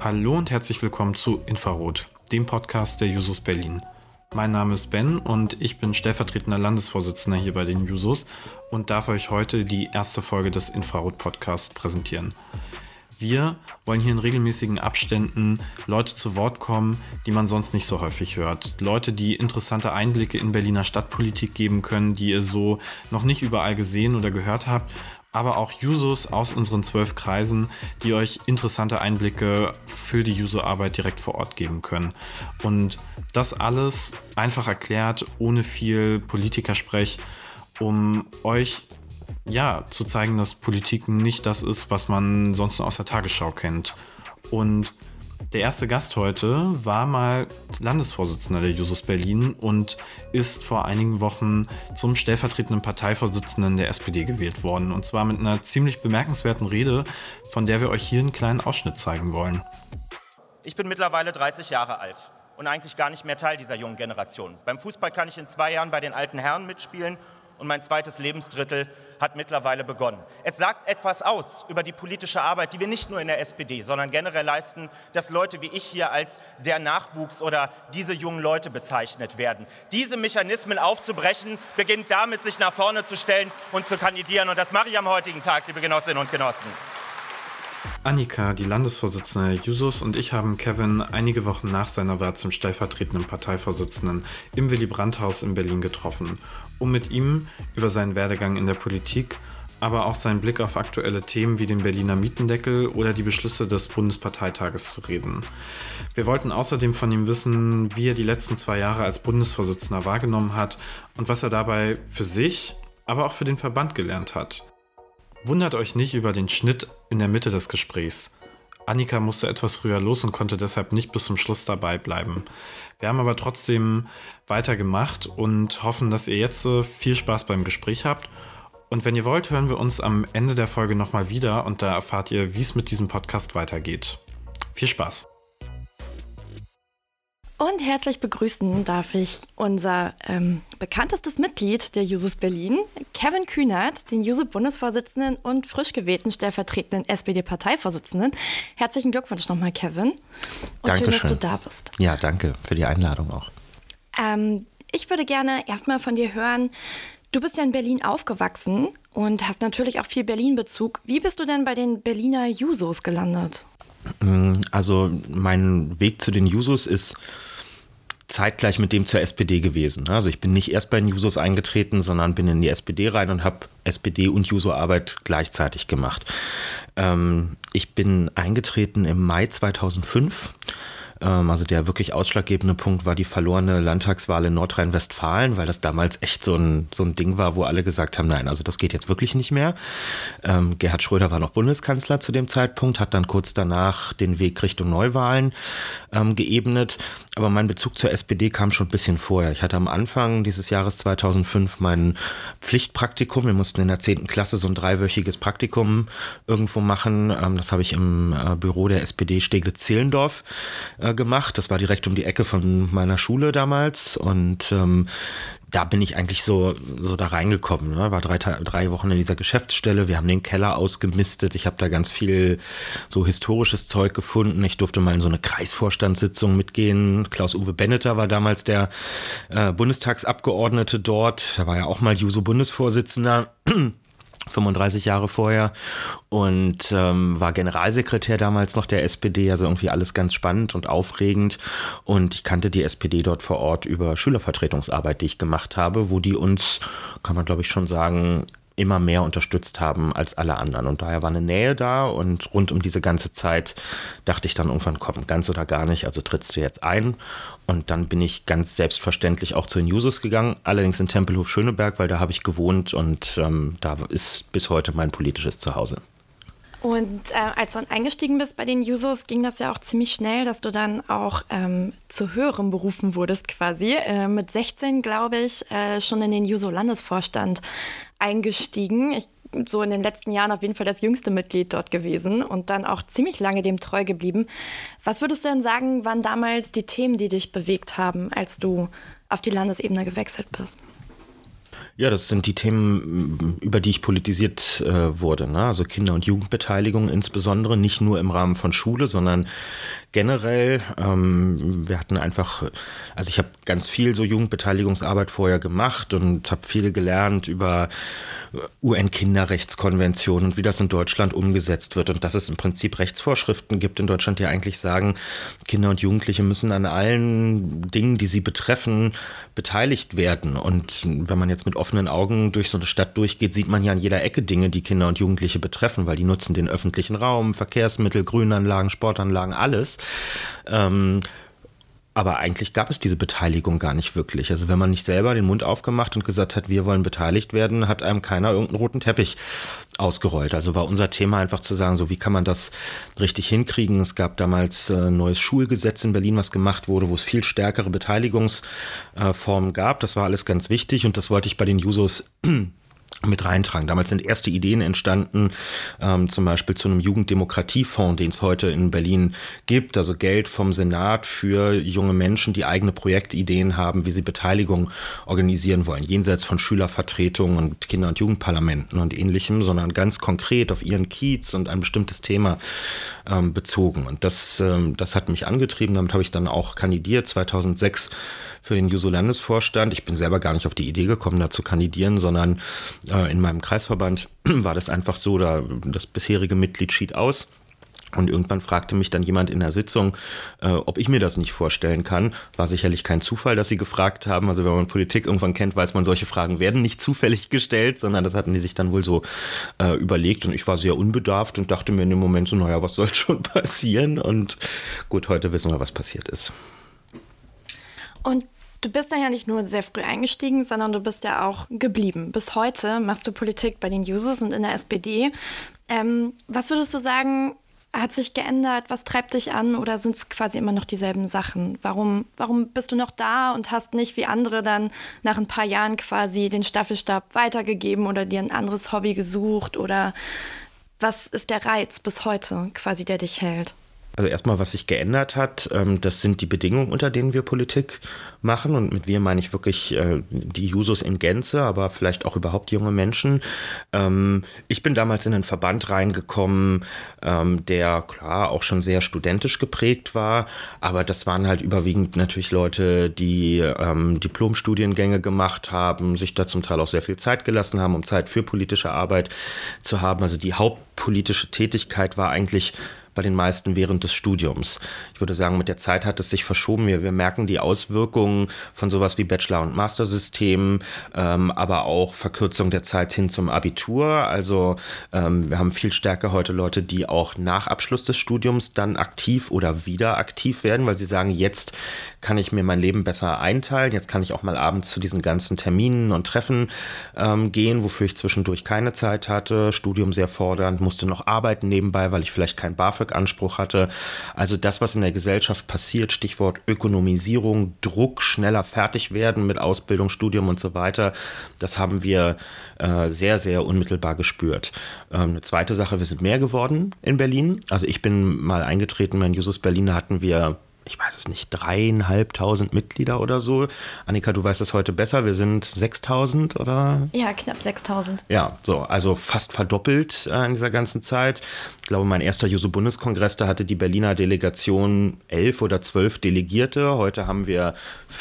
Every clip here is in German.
Hallo und herzlich willkommen zu Infrarot, dem Podcast der Jusos Berlin. Mein Name ist Ben und ich bin stellvertretender Landesvorsitzender hier bei den Jusos und darf euch heute die erste Folge des Infrarot-Podcasts präsentieren. Wir wollen hier in regelmäßigen Abständen Leute zu Wort kommen, die man sonst nicht so häufig hört. Leute, die interessante Einblicke in Berliner Stadtpolitik geben können, die ihr so noch nicht überall gesehen oder gehört habt. Aber auch Jusos aus unseren 12 Kreisen, die euch interessante Einblicke für die Juso-Arbeit direkt vor Ort geben können. Und das alles einfach erklärt, ohne viel Politikersprech, um euch zu zeigen, dass Politik nicht das ist, was man sonst nur aus der Tagesschau kennt. Und der erste Gast heute war mal Landesvorsitzender der Jusos Berlin und ist vor einigen Wochen zum stellvertretenden Parteivorsitzenden der SPD gewählt worden. Und zwar mit einer ziemlich bemerkenswerten Rede, von der wir euch hier einen kleinen Ausschnitt zeigen wollen. Ich bin mittlerweile 30 Jahre alt und eigentlich gar nicht mehr Teil dieser jungen Generation. Beim Fußball kann ich in 2 Jahren bei den alten Herren mitspielen und mein zweites Lebensdrittel hat mittlerweile begonnen. Es sagt etwas aus über die politische Arbeit, die wir nicht nur in der SPD, sondern generell leisten, dass Leute wie ich hier als der Nachwuchs oder diese jungen Leute bezeichnet werden. Diese Mechanismen aufzubrechen, beginnt damit, sich nach vorne zu stellen und zu kandidieren. Und das mache ich am heutigen Tag, liebe Genossinnen und Genossen. Annika, die Landesvorsitzende der Jusos, und ich haben Kevin einige Wochen nach seiner Wahl zum stellvertretenden Parteivorsitzenden im Willy-Brandt-Haus in Berlin getroffen, um mit ihm über seinen Werdegang in der Politik, aber auch seinen Blick auf aktuelle Themen wie den Berliner Mietendeckel oder die Beschlüsse des Bundesparteitages zu reden. Wir wollten außerdem von ihm wissen, wie er die letzten 2 Jahre als Bundesvorsitzender wahrgenommen hat und was er dabei für sich, aber auch für den Verband gelernt hat. Wundert euch nicht über den Schnitt in der Mitte des Gesprächs. Annika musste etwas früher los und konnte deshalb nicht bis zum Schluss dabei bleiben. Wir haben aber trotzdem weitergemacht und hoffen, dass ihr jetzt viel Spaß beim Gespräch habt. Und wenn ihr wollt, hören wir uns am Ende der Folge nochmal wieder und da erfahrt ihr, wie es mit diesem Podcast weitergeht. Viel Spaß! Und herzlich begrüßen darf ich unser bekanntestes Mitglied der Jusos Berlin, Kevin Kühnert, den Juso-Bundesvorsitzenden und frisch gewählten stellvertretenden SPD-Parteivorsitzenden. Herzlichen Glückwunsch nochmal, Kevin. Und Dankeschön. Schön, dass du da bist. Ja, danke für die Einladung auch. Ich würde gerne erstmal von dir hören, du bist ja in Berlin aufgewachsen und hast natürlich auch viel Berlin-Bezug. Wie bist du denn bei den Berliner Jusos gelandet? Also mein Weg zu den Jusos ist zeitgleich mit dem zur SPD gewesen. Also ich bin nicht erst bei den Jusos eingetreten, sondern bin in die SPD rein und habe SPD und Juso-Arbeit gleichzeitig gemacht. Ich bin eingetreten im Mai 2005. Also der wirklich ausschlaggebende Punkt war die verlorene Landtagswahl in Nordrhein-Westfalen, weil das damals echt so ein Ding war, wo alle gesagt haben, nein, also das geht jetzt wirklich nicht mehr. Gerhard Schröder war noch Bundeskanzler zu dem Zeitpunkt, hat dann kurz danach den Weg Richtung Neuwahlen geebnet. Aber mein Bezug zur SPD kam schon ein bisschen vorher. Ich hatte am Anfang dieses Jahres 2005 mein Pflichtpraktikum. Wir mussten in der 10. Klasse so ein 3-wöchiges Praktikum irgendwo machen. Das habe ich im Büro der SPD Steglitz-Zehlendorf gemacht. Das war direkt um die Ecke von meiner Schule damals und da bin ich eigentlich so da reingekommen. Ne? War 3 Wochen in dieser Geschäftsstelle. Wir haben den Keller ausgemistet. Ich habe da ganz viel so historisches Zeug gefunden. Ich durfte mal in so eine Kreisvorstandssitzung mitgehen. Klaus-Uwe Benneter war damals der Bundestagsabgeordnete dort. Da war ja auch mal Juso-Bundesvorsitzender. 35 Jahre vorher und war Generalsekretär damals noch der SPD, also irgendwie alles ganz spannend und aufregend und ich kannte die SPD dort vor Ort über Schülervertretungsarbeit, die ich gemacht habe, wo die uns, kann man glaube ich schon sagen, immer mehr unterstützt haben als alle anderen und daher war eine Nähe da und rund um diese ganze Zeit dachte ich dann irgendwann, komm, ganz oder gar nicht, also trittst du jetzt ein und dann bin ich ganz selbstverständlich auch zu den Jusos gegangen, allerdings in Tempelhof-Schöneberg, weil da habe ich gewohnt und da ist bis heute mein politisches Zuhause. Und als du dann eingestiegen bist bei den Jusos, ging das ja auch ziemlich schnell, dass du dann auch zu höherem berufen wurdest quasi. Mit 16, glaube ich, schon in den Juso-Landesvorstand eingestiegen. So in den letzten Jahren auf jeden Fall das jüngste Mitglied dort gewesen und dann auch ziemlich lange dem treu geblieben. Was würdest du denn sagen, waren damals die Themen, die dich bewegt haben, als du auf die Landesebene gewechselt bist? Ja, das sind die Themen, über die ich politisiert wurde, ne? Also Kinder- und Jugendbeteiligung insbesondere, nicht nur im Rahmen von Schule, sondern generell. Wir hatten einfach, also ich habe ganz viel so Jugendbeteiligungsarbeit vorher gemacht und habe viel gelernt über UN-Kinderrechtskonvention und wie das in Deutschland umgesetzt wird und dass es im Prinzip Rechtsvorschriften gibt in Deutschland, die eigentlich sagen, Kinder und Jugendliche müssen an allen Dingen, die sie betreffen, beteiligt werden. Und wenn man jetzt mit offenen Augen durch so eine Stadt durchgeht, sieht man ja an jeder Ecke Dinge, die Kinder und Jugendliche betreffen, weil die nutzen den öffentlichen Raum, Verkehrsmittel, Grünanlagen, Sportanlagen, alles. Aber eigentlich gab es diese Beteiligung gar nicht wirklich. Also wenn man nicht selber den Mund aufgemacht und gesagt hat, wir wollen beteiligt werden, hat einem keiner irgendeinen roten Teppich ausgerollt. Also war unser Thema einfach zu sagen, so wie kann man das richtig hinkriegen. Es gab damals ein neues Schulgesetz in Berlin, was gemacht wurde, wo es viel stärkere Beteiligungsformen gab. Das war alles ganz wichtig und das wollte ich bei den Jusos mit reintragen. Damals sind erste Ideen entstanden, zum Beispiel zu einem Jugenddemokratiefonds, den es heute in Berlin gibt, also Geld vom Senat für junge Menschen, die eigene Projektideen haben, wie sie Beteiligung organisieren wollen, jenseits von Schülervertretungen und Kinder- und Jugendparlamenten und ähnlichem, sondern ganz konkret auf ihren Kiez und ein bestimmtes Thema bezogen. Und das hat mich angetrieben, damit habe ich dann auch kandidiert, 2006 für den Juso-Landesvorstand. Ich bin selber gar nicht auf die Idee gekommen, da zu kandidieren, sondern in meinem Kreisverband war das einfach so, das bisherige Mitglied schied aus. Und irgendwann fragte mich dann jemand in der Sitzung, ob ich mir das nicht vorstellen kann. War sicherlich kein Zufall, dass sie gefragt haben. Also wenn man Politik irgendwann kennt, weiß man, solche Fragen werden nicht zufällig gestellt, sondern das hatten die sich dann wohl so überlegt. Und ich war sehr unbedarft und dachte mir in dem Moment so, naja, was soll schon passieren? Und gut, heute wissen wir, was passiert ist. Und du bist da ja nicht nur sehr früh eingestiegen, sondern du bist ja auch geblieben. Bis heute machst du Politik bei den Jusos und in der SPD. Was würdest du sagen, hat sich geändert? Was treibt dich an? Oder sind es quasi immer noch dieselben Sachen? Warum bist du noch da und hast nicht wie andere dann nach ein paar Jahren quasi den Staffelstab weitergegeben oder dir ein anderes Hobby gesucht? Oder was ist der Reiz bis heute quasi, der dich hält? Also erstmal, was sich geändert hat, das sind die Bedingungen, unter denen wir Politik machen. Und mit wir meine ich wirklich die Jusos in Gänze, aber vielleicht auch überhaupt junge Menschen. Ich bin damals in einen Verband reingekommen, der klar auch schon sehr studentisch geprägt war. Aber das waren halt überwiegend natürlich Leute, die Diplomstudiengänge gemacht haben, sich da zum Teil auch sehr viel Zeit gelassen haben, um Zeit für politische Arbeit zu haben. Also die hauptpolitische Tätigkeit war eigentlich bei den meisten während des Studiums. Ich würde sagen, mit der Zeit hat es sich verschoben. Wir merken die Auswirkungen von sowas wie Bachelor- und Mastersystemen, aber auch Verkürzung der Zeit hin zum Abitur. Also wir haben viel stärker heute Leute, die auch nach Abschluss des Studiums dann aktiv oder wieder aktiv werden, weil sie sagen, jetzt kann ich mir mein Leben besser einteilen, jetzt kann ich auch mal abends zu diesen ganzen Terminen und Treffen gehen, wofür ich zwischendurch keine Zeit hatte. Studium sehr fordernd, musste noch arbeiten nebenbei, weil ich vielleicht kein BAföG-Anspruch hatte. Also das, was in der Gesellschaft passiert, Stichwort Ökonomisierung, Druck, schneller fertig werden mit Ausbildung, Studium und so weiter, das haben wir sehr, sehr unmittelbar gespürt. Eine zweite Sache, wir sind mehr geworden in Berlin. Also ich bin mal eingetreten, bei den Jusos Berlin, da hatten wir, ich weiß es nicht, 3.500 Mitglieder oder so. Annika, du weißt es heute besser. Wir sind 6.000 oder? Ja, knapp 6.000. Ja, so, also fast verdoppelt in dieser ganzen Zeit. Ich glaube, mein erster Juso-Bundeskongress, da hatte die Berliner Delegation 11 oder 12 Delegierte. Heute haben wir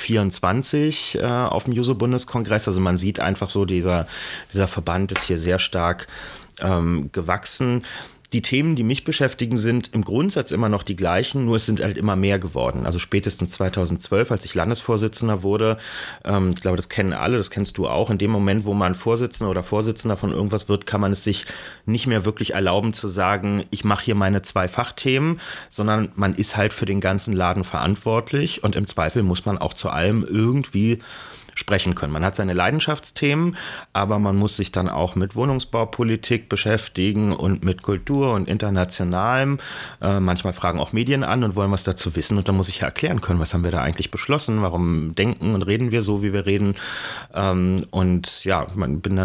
24 auf dem Juso-Bundeskongress. Also man sieht einfach so, dieser Verband ist hier sehr stark gewachsen. Die Themen, die mich beschäftigen, sind im Grundsatz immer noch die gleichen, nur es sind halt immer mehr geworden. Also spätestens 2012, als ich Landesvorsitzender wurde, ich glaube, das kennen alle, das kennst du auch, in dem Moment, wo man Vorsitzender oder Vorsitzender von irgendwas wird, kann man es sich nicht mehr wirklich erlauben zu sagen, ich mache hier meine 2 Fachthemen, sondern man ist halt für den ganzen Laden verantwortlich und im Zweifel muss man auch zu allem irgendwie sprechen können. Man hat seine Leidenschaftsthemen, aber man muss sich dann auch mit Wohnungsbaupolitik beschäftigen und mit Kultur und Internationalem. Manchmal fragen auch Medien an und wollen was dazu wissen und dann muss ich ja erklären können, was haben wir da eigentlich beschlossen, warum denken und reden wir so, wie wir reden. Und ja, man bin dann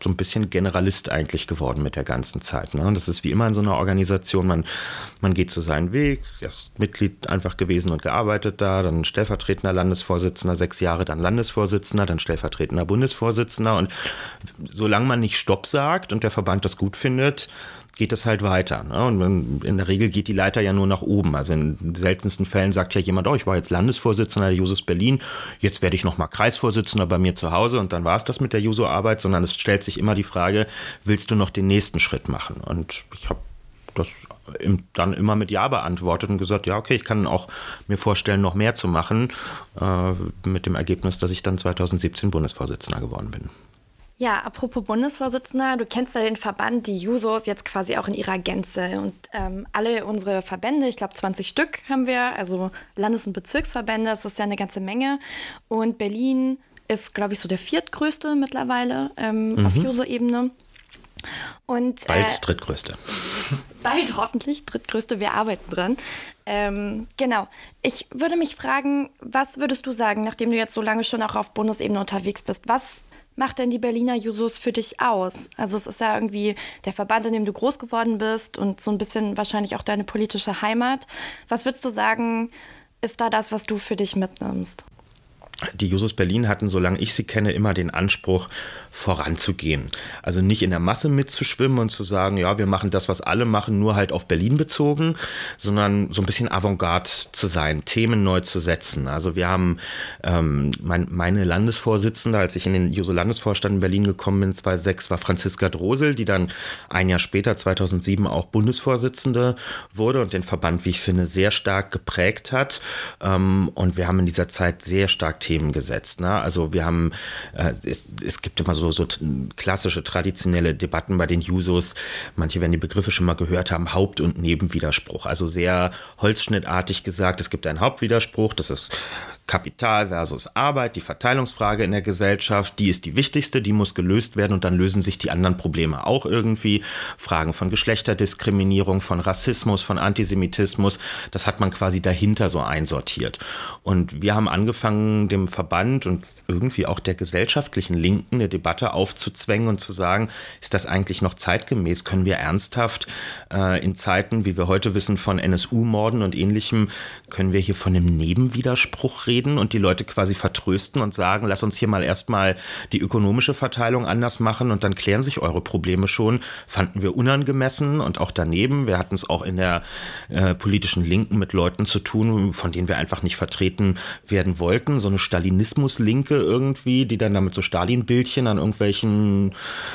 so ein bisschen Generalist eigentlich geworden mit der ganzen Zeit. Ne? Das ist wie immer in so einer Organisation, man geht zu seinem Weg, erst Mitglied einfach gewesen und gearbeitet da, dann stellvertretender Landesvorsitzender, 6 Jahre dann Landesvorsitzender, dann stellvertretender Bundesvorsitzender und solange man nicht Stopp sagt und der Verband das gut findet, geht es halt weiter. Ne? Und in der Regel geht die Leiter ja nur nach oben. Also in den seltensten Fällen sagt ja jemand, ich war jetzt Landesvorsitzender der Jusos Berlin, jetzt werde ich nochmal Kreisvorsitzender bei mir zu Hause und dann war es das mit der Juso-Arbeit, sondern es stellt sich immer die Frage, willst du noch den nächsten Schritt machen? Und ich habe das dann immer mit Ja beantwortet und gesagt, ja, okay, ich kann auch mir vorstellen, noch mehr zu machen, mit dem Ergebnis, dass ich dann 2017 Bundesvorsitzender geworden bin. Ja, apropos Bundesvorsitzender, du kennst ja den Verband, die Jusos, jetzt quasi auch in ihrer Gänze. Und alle unsere Verbände, ich glaube 20 Stück haben wir, also Landes- und Bezirksverbände, das ist ja eine ganze Menge. Und Berlin ist, glaube ich, so der 4. größte mittlerweile auf Juso-Ebene. Und, bald drittgrößte. Bald hoffentlich drittgrößte, wir arbeiten dran. Genau. Ich würde mich fragen, was würdest du sagen, nachdem du jetzt so lange schon auch auf Bundesebene unterwegs bist, was macht denn die Berliner Jusos für dich aus? Also es ist ja irgendwie der Verband, in dem du groß geworden bist und so ein bisschen wahrscheinlich auch deine politische Heimat. Was würdest du sagen, ist da das, was du für dich mitnimmst? Die Jusos Berlin hatten, solange ich sie kenne, immer den Anspruch, voranzugehen. Also nicht in der Masse mitzuschwimmen und zu sagen, ja, wir machen das, was alle machen, nur halt auf Berlin bezogen, sondern so ein bisschen Avantgarde zu sein, Themen neu zu setzen. Also wir haben meine Landesvorsitzende, als ich in den Juso-Landesvorstand in Berlin gekommen bin, 2006, war Franziska Drosel, die dann ein Jahr später, 2007, auch Bundesvorsitzende wurde und den Verband, wie ich finde, sehr stark geprägt hat. Und wir haben in dieser Zeit sehr stark Themen gesetzt. Ne? Also wir haben, es gibt immer so klassische, traditionelle Debatten bei den Jusos. Manche werden die Begriffe schon mal gehört haben, Haupt- und Nebenwiderspruch. Also sehr holzschnittartig gesagt, es gibt einen Hauptwiderspruch, das ist Kapital versus Arbeit, die Verteilungsfrage in der Gesellschaft, die ist die wichtigste, die muss gelöst werden und dann lösen sich die anderen Probleme auch irgendwie. Fragen von Geschlechterdiskriminierung, von Rassismus, von Antisemitismus, das hat man quasi dahinter so einsortiert. Und wir haben angefangen, dem Verband und irgendwie auch der gesellschaftlichen Linken eine Debatte aufzuzwängen und zu sagen, ist das eigentlich noch zeitgemäß? Können wir ernsthaft in Zeiten, wie wir heute wissen, von NSU-Morden und Ähnlichem, können wir hier von einem Nebenwiderspruch reden und die Leute quasi vertrösten und sagen, lass uns hier mal erstmal die ökonomische Verteilung anders machen und dann klären sich eure Probleme schon, fanden wir unangemessen und auch daneben. Wir hatten es auch in der politischen Linken mit Leuten zu tun, von denen wir einfach nicht vertreten werden wollten. So eine Stalinismus-Linke irgendwie, die dann damit so Stalin-Bildchen an irgendwelchen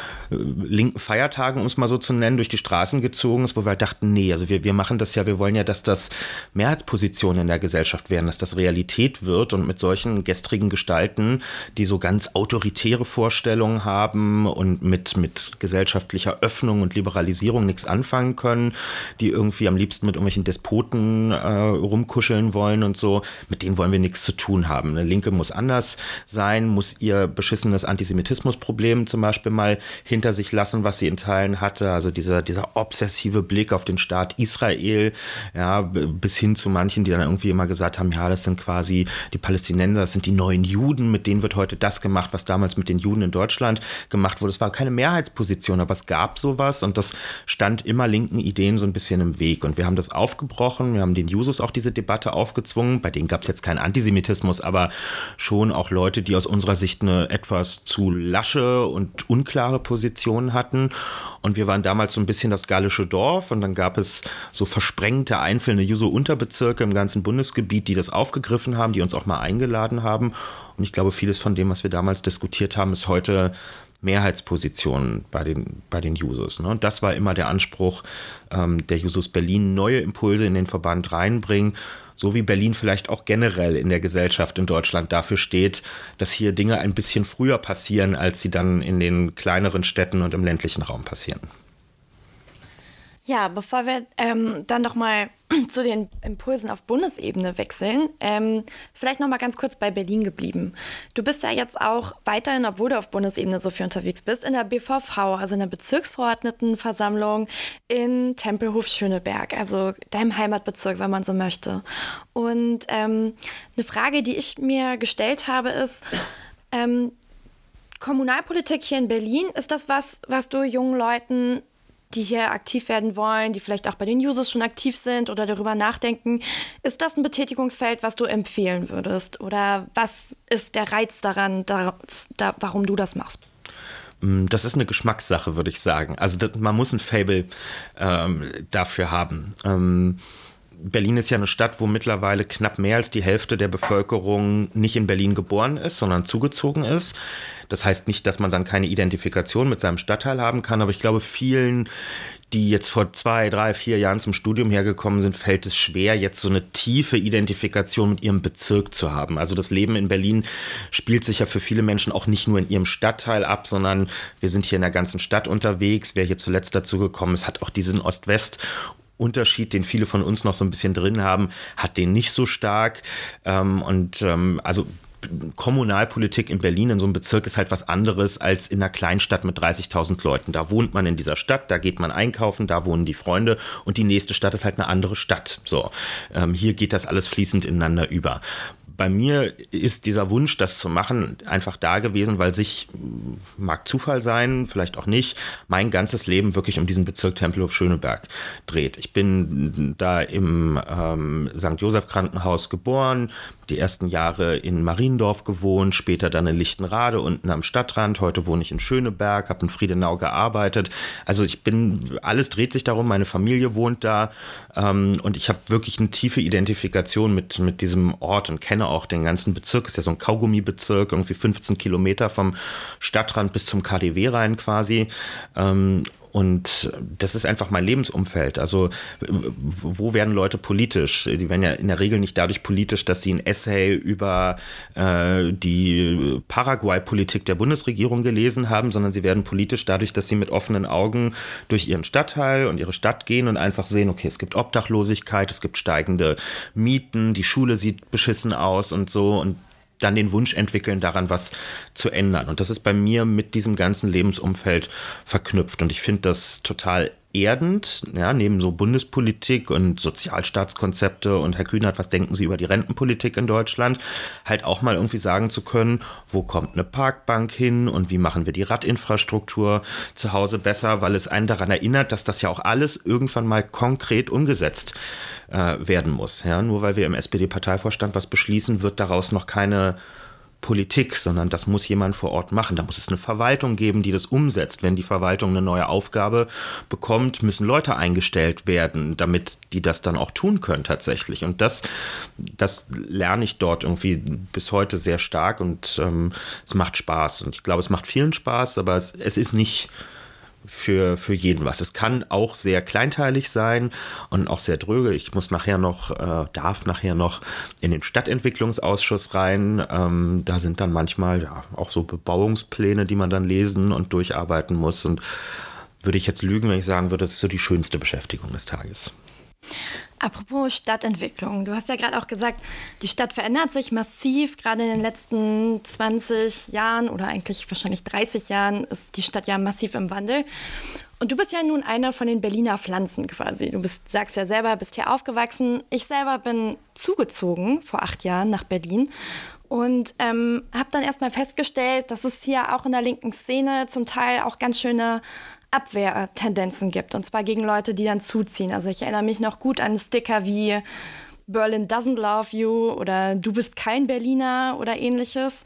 linken Feiertagen, um es mal so zu nennen, durch die Straßen gezogen ist, wo wir halt dachten, nee, also wir machen das ja, wir wollen ja, dass das Mehrheitspositionen in der Gesellschaft werden, dass das Realität wird und mit solchen gestrigen Gestalten, die so ganz autoritäre Vorstellungen haben und mit gesellschaftlicher Öffnung und Liberalisierung nichts anfangen können, die irgendwie am liebsten mit irgendwelchen Despoten rumkuscheln wollen und so, mit denen wollen wir nichts zu tun haben. Eine Linke muss anders sein, muss ihr beschissenes Antisemitismusproblem zum Beispiel mal hinter sich lassen, was sie in Teilen hatte. Also dieser obsessive Blick auf den Staat Israel, ja, bis hin zu manchen, die dann irgendwie immer gesagt haben, ja, das sind quasi die Palästinenser, das sind die neuen Juden, mit denen wird heute das gemacht, was damals mit den Juden in Deutschland gemacht wurde. Es war keine Mehrheitsposition, aber es gab sowas und das stand immer linken Ideen so ein bisschen im Weg. Und wir haben das aufgebrochen, wir haben den Jusos auch diese Debatte aufgezwungen, bei denen gab es jetzt keinen Antisemitismus, aber schon auch Leute, die aus unserer Sicht eine etwas zu lasche und unklare Position hatten und wir waren damals so ein bisschen das gallische Dorf und dann gab es so versprengte einzelne Juso-Unterbezirke im ganzen Bundesgebiet, die das aufgegriffen haben, die uns auch mal eingeladen haben und ich glaube, vieles von dem, was wir damals diskutiert haben, ist heute Mehrheitspositionen bei den Jusos. Ne? Und das war immer der Anspruch der Jusos Berlin, neue Impulse in den Verband reinbringen, so wie Berlin vielleicht auch generell in der Gesellschaft in Deutschland dafür steht, dass hier Dinge ein bisschen früher passieren, als sie dann in den kleineren Städten und im ländlichen Raum passieren. Ja, bevor wir dann nochmal zu den Impulsen auf Bundesebene wechseln, vielleicht nochmal ganz kurz bei Berlin geblieben. Du bist ja jetzt auch weiterhin, obwohl du auf Bundesebene so viel unterwegs bist, in der BVV, also in der Bezirksverordnetenversammlung in Tempelhof-Schöneberg, also deinem Heimatbezirk, wenn man so möchte. Und eine Frage, die ich mir gestellt habe, ist, Kommunalpolitik hier in Berlin, ist das was du jungen Leuten, die hier aktiv werden wollen, die vielleicht auch bei den Jusos schon aktiv sind oder darüber nachdenken, ist das ein Betätigungsfeld, was du empfehlen würdest? Oder was ist der Reiz daran, warum du das machst? Das ist eine Geschmackssache, würde ich sagen. Also man muss ein Faible dafür haben. Berlin ist ja eine Stadt, wo mittlerweile knapp mehr als die Hälfte der Bevölkerung nicht in Berlin geboren ist, sondern zugezogen ist. Das heißt nicht, dass man dann keine Identifikation mit seinem Stadtteil haben kann, aber ich glaube, vielen, die jetzt vor 2, 3, 4 Jahren zum Studium hergekommen sind, fällt es schwer, jetzt so eine tiefe Identifikation mit ihrem Bezirk zu haben. Also das Leben in Berlin spielt sich ja für viele Menschen auch nicht nur in ihrem Stadtteil ab, sondern wir sind hier in der ganzen Stadt unterwegs. Wer hier zuletzt dazu gekommen ist, hat auch diesen Ost-West-Unterschied, den viele von uns noch so ein bisschen drin haben, hat den nicht so stark. Also Kommunalpolitik in Berlin in so einem Bezirk ist halt was anderes als in einer Kleinstadt mit 30.000 Leuten. Da wohnt man in dieser Stadt, da geht man einkaufen, da wohnen die Freunde und die nächste Stadt ist halt eine andere Stadt. So, hier geht das alles fließend ineinander über. Bei mir ist dieser Wunsch, das zu machen, einfach da gewesen, weil sich, mag Zufall sein, vielleicht auch nicht, mein ganzes Leben wirklich um diesen Bezirk Tempelhof-Schöneberg dreht. Ich bin da im St. Joseph Krankenhaus geboren, die ersten Jahre in Mariendorf gewohnt, später dann in Lichtenrade unten am Stadtrand. Heute wohne ich in Schöneberg, habe in Friedenau gearbeitet. Also alles dreht sich darum, meine Familie wohnt da und ich habe wirklich eine tiefe Identifikation mit diesem Ort und kenne auch den ganzen Bezirk. Ist ja so ein Kaugummibezirk, irgendwie 15 Kilometer vom Stadtrand bis zum KaDeWe rein quasi. Und das ist einfach mein Lebensumfeld. Also wo werden Leute politisch? Die werden ja in der Regel nicht dadurch politisch, dass sie ein Essay über die Paraguay-Politik der Bundesregierung gelesen haben, sondern sie werden politisch dadurch, dass sie mit offenen Augen durch ihren Stadtteil und ihre Stadt gehen und einfach sehen, okay, es gibt Obdachlosigkeit, es gibt steigende Mieten, die Schule sieht beschissen aus und so und dann den Wunsch entwickeln, daran was zu ändern. Und das ist bei mir mit diesem ganzen Lebensumfeld verknüpft. Und ich finde das total erdend, ja, neben so Bundespolitik und Sozialstaatskonzepte und Herr Kühnert, was denken Sie über die Rentenpolitik in Deutschland, halt auch mal irgendwie sagen zu können, wo kommt eine Parkbank hin und wie machen wir die Radinfrastruktur zu Hause besser, weil es einen daran erinnert, dass das ja auch alles irgendwann mal konkret umgesetzt werden muss. Ja? Nur weil wir im SPD-Parteivorstand was beschließen, wird daraus noch keine Politik, sondern das muss jemand vor Ort machen. Da muss es eine Verwaltung geben, die das umsetzt. Wenn die Verwaltung eine neue Aufgabe bekommt, müssen Leute eingestellt werden, damit die das dann auch tun können tatsächlich. Und das lerne ich dort irgendwie bis heute sehr stark und es macht Spaß. Und ich glaube, es macht vielen Spaß, aber es ist nicht für jeden was. Es kann auch sehr kleinteilig sein und auch sehr dröge. Ich muss darf nachher noch in den Stadtentwicklungsausschuss rein. Da sind dann manchmal ja auch so Bebauungspläne, die man dann lesen und durcharbeiten muss. Und würde ich jetzt lügen, wenn ich sagen würde, das ist so die schönste Beschäftigung des Tages. Apropos Stadtentwicklung, du hast ja gerade auch gesagt, die Stadt verändert sich massiv. Gerade in den letzten 20 Jahren oder eigentlich wahrscheinlich 30 Jahren ist die Stadt ja massiv im Wandel. Und du bist ja nun einer von den Berliner Pflanzen quasi. Sagst ja selber, bist hier aufgewachsen. Ich selber bin zugezogen vor 8 Jahren nach Berlin und habe dann erstmal festgestellt, dass es hier auch in der linken Szene zum Teil auch ganz schöne Abwehrtendenzen gibt, und zwar gegen Leute, die dann zuziehen. Also ich erinnere mich noch gut an Sticker wie Berlin doesn't love you oder du bist kein Berliner oder ähnliches.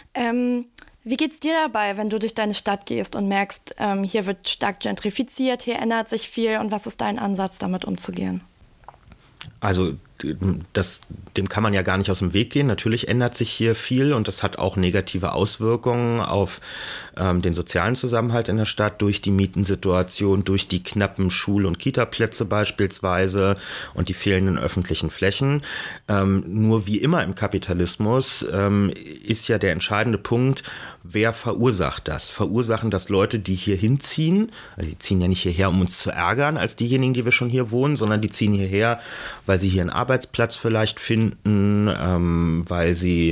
Wie geht's dir dabei, wenn du durch deine Stadt gehst und merkst, hier wird stark gentrifiziert, hier ändert sich viel, und was ist dein Ansatz, damit umzugehen? Also dem kann man ja gar nicht aus dem Weg gehen. Natürlich ändert sich hier viel und das hat auch negative Auswirkungen auf den sozialen Zusammenhalt in der Stadt durch die Mietensituation, durch die knappen Schul- und Kitaplätze beispielsweise und die fehlenden öffentlichen Flächen. Nur wie immer im Kapitalismus ist ja der entscheidende Punkt, wer verursacht das? Verursachen das Leute, die hier hinziehen? Also die ziehen ja nicht hierher, um uns zu ärgern als diejenigen, die wir schon hier wohnen, sondern die ziehen hierher, weil sie hier einen Arbeitsplatz vielleicht finden, weil sie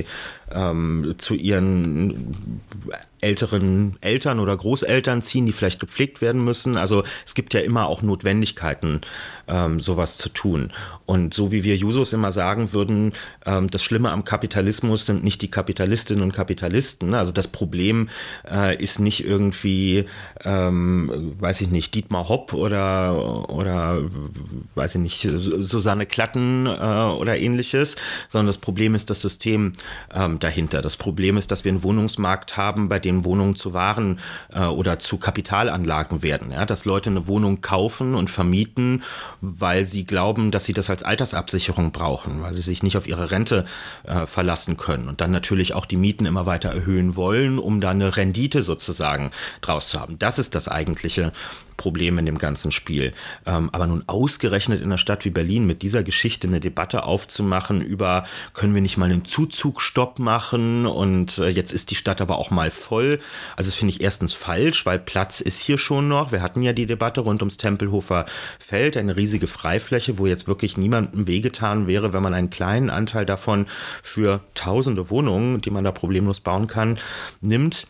zu ihren älteren Eltern oder Großeltern ziehen, die vielleicht gepflegt werden müssen. Also es gibt ja immer auch Notwendigkeiten, sowas zu tun. Und so wie wir Jusos immer sagen würden, das Schlimme am Kapitalismus sind nicht die Kapitalistinnen und Kapitalisten. Also das Problem ist nicht irgendwie, weiß ich nicht, Dietmar Hopp oder weiß ich nicht, Susanne Klatten oder ähnliches, sondern das Problem ist das System dahinter. Das Problem ist, dass wir einen Wohnungsmarkt haben, bei dem Wohnungen zu Waren oder zu Kapitalanlagen werden. Ja? Dass Leute eine Wohnung kaufen und vermieten, weil sie glauben, dass sie das als Altersabsicherung brauchen, weil sie sich nicht auf ihre Rente verlassen können und dann natürlich auch die Mieten immer weiter erhöhen wollen, um da eine Rendite sozusagen draus zu haben. Das ist das eigentliche Problem in dem ganzen Spiel. Aber nun ausgerechnet in einer Stadt wie Berlin mit dieser Geschichte eine Debatte aufzumachen über, können wir nicht mal einen Zuzugstopp machen und jetzt ist die Stadt aber auch mal voll. Also das finde ich erstens falsch, weil Platz ist hier schon noch. Wir hatten ja die Debatte rund ums Tempelhofer Feld, eine riesige Freifläche, wo jetzt wirklich niemandem wehgetan wäre, wenn man einen kleinen Anteil davon für tausende Wohnungen, die man da problemlos bauen kann, nimmt.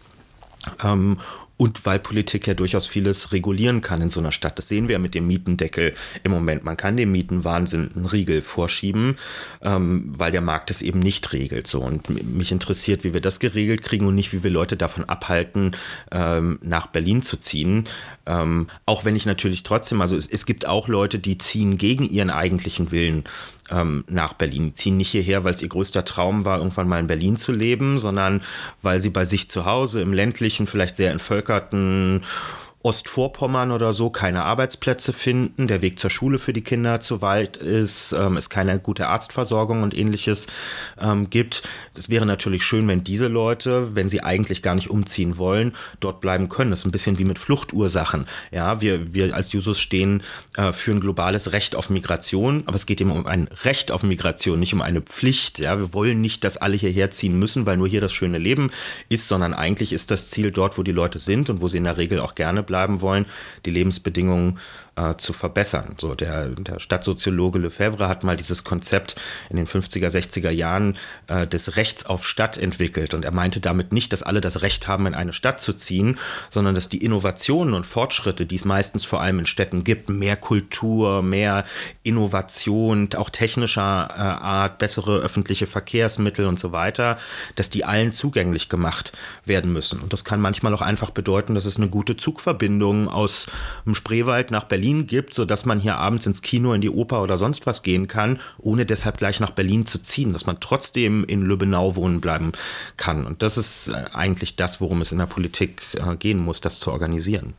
Und weil Politik ja durchaus vieles regulieren kann in so einer Stadt. Das sehen wir mit dem Mietendeckel im Moment. Man kann dem Mietenwahnsinn einen Riegel vorschieben, weil der Markt es eben nicht regelt. So. Und mich interessiert, wie wir das geregelt kriegen und nicht, wie wir Leute davon abhalten, nach Berlin zu ziehen. Auch wenn ich natürlich trotzdem, also es gibt auch Leute, die ziehen gegen ihren eigentlichen Willen nach Berlin. Die ziehen nicht hierher, weil es ihr größter Traum war, irgendwann mal in Berlin zu leben, sondern weil sie bei sich zu Hause im ländlichen, vielleicht sehr entvölkerten Ostvorpommern oder so keine Arbeitsplätze finden, der Weg zur Schule für die Kinder zu weit ist, es keine gute Arztversorgung und ähnliches gibt. Es wäre natürlich schön, wenn diese Leute, wenn sie eigentlich gar nicht umziehen wollen, dort bleiben können. Das ist ein bisschen wie mit Fluchtursachen. Ja, wir als Jusos stehen für ein globales Recht auf Migration, aber es geht eben um ein Recht auf Migration, nicht um eine Pflicht. Ja, wir wollen nicht, dass alle hierher ziehen müssen, weil nur hier das schöne Leben ist, sondern eigentlich ist das Ziel dort, wo die Leute sind und wo sie in der Regel auch gerne bleiben wollen, die Lebensbedingungen zu verbessern. So, der Stadtsoziologe Lefebvre hat mal dieses Konzept in den 50er, 60er Jahren des Rechts auf Stadt entwickelt und er meinte damit nicht, dass alle das Recht haben, in eine Stadt zu ziehen, sondern dass die Innovationen und Fortschritte, die es meistens vor allem in Städten gibt, mehr Kultur, mehr Innovation, auch technischer Art, bessere öffentliche Verkehrsmittel und so weiter, dass die allen zugänglich gemacht werden müssen. Und das kann manchmal auch einfach bedeuten, dass es eine gute Zugverbindung aus dem Spreewald nach Berlin gibt, sodass man hier abends ins Kino, in die Oper oder sonst was gehen kann, ohne deshalb gleich nach Berlin zu ziehen, dass man trotzdem in Lübbenau wohnen bleiben kann. Und das ist eigentlich das, worum es in der Politik gehen muss, das zu organisieren.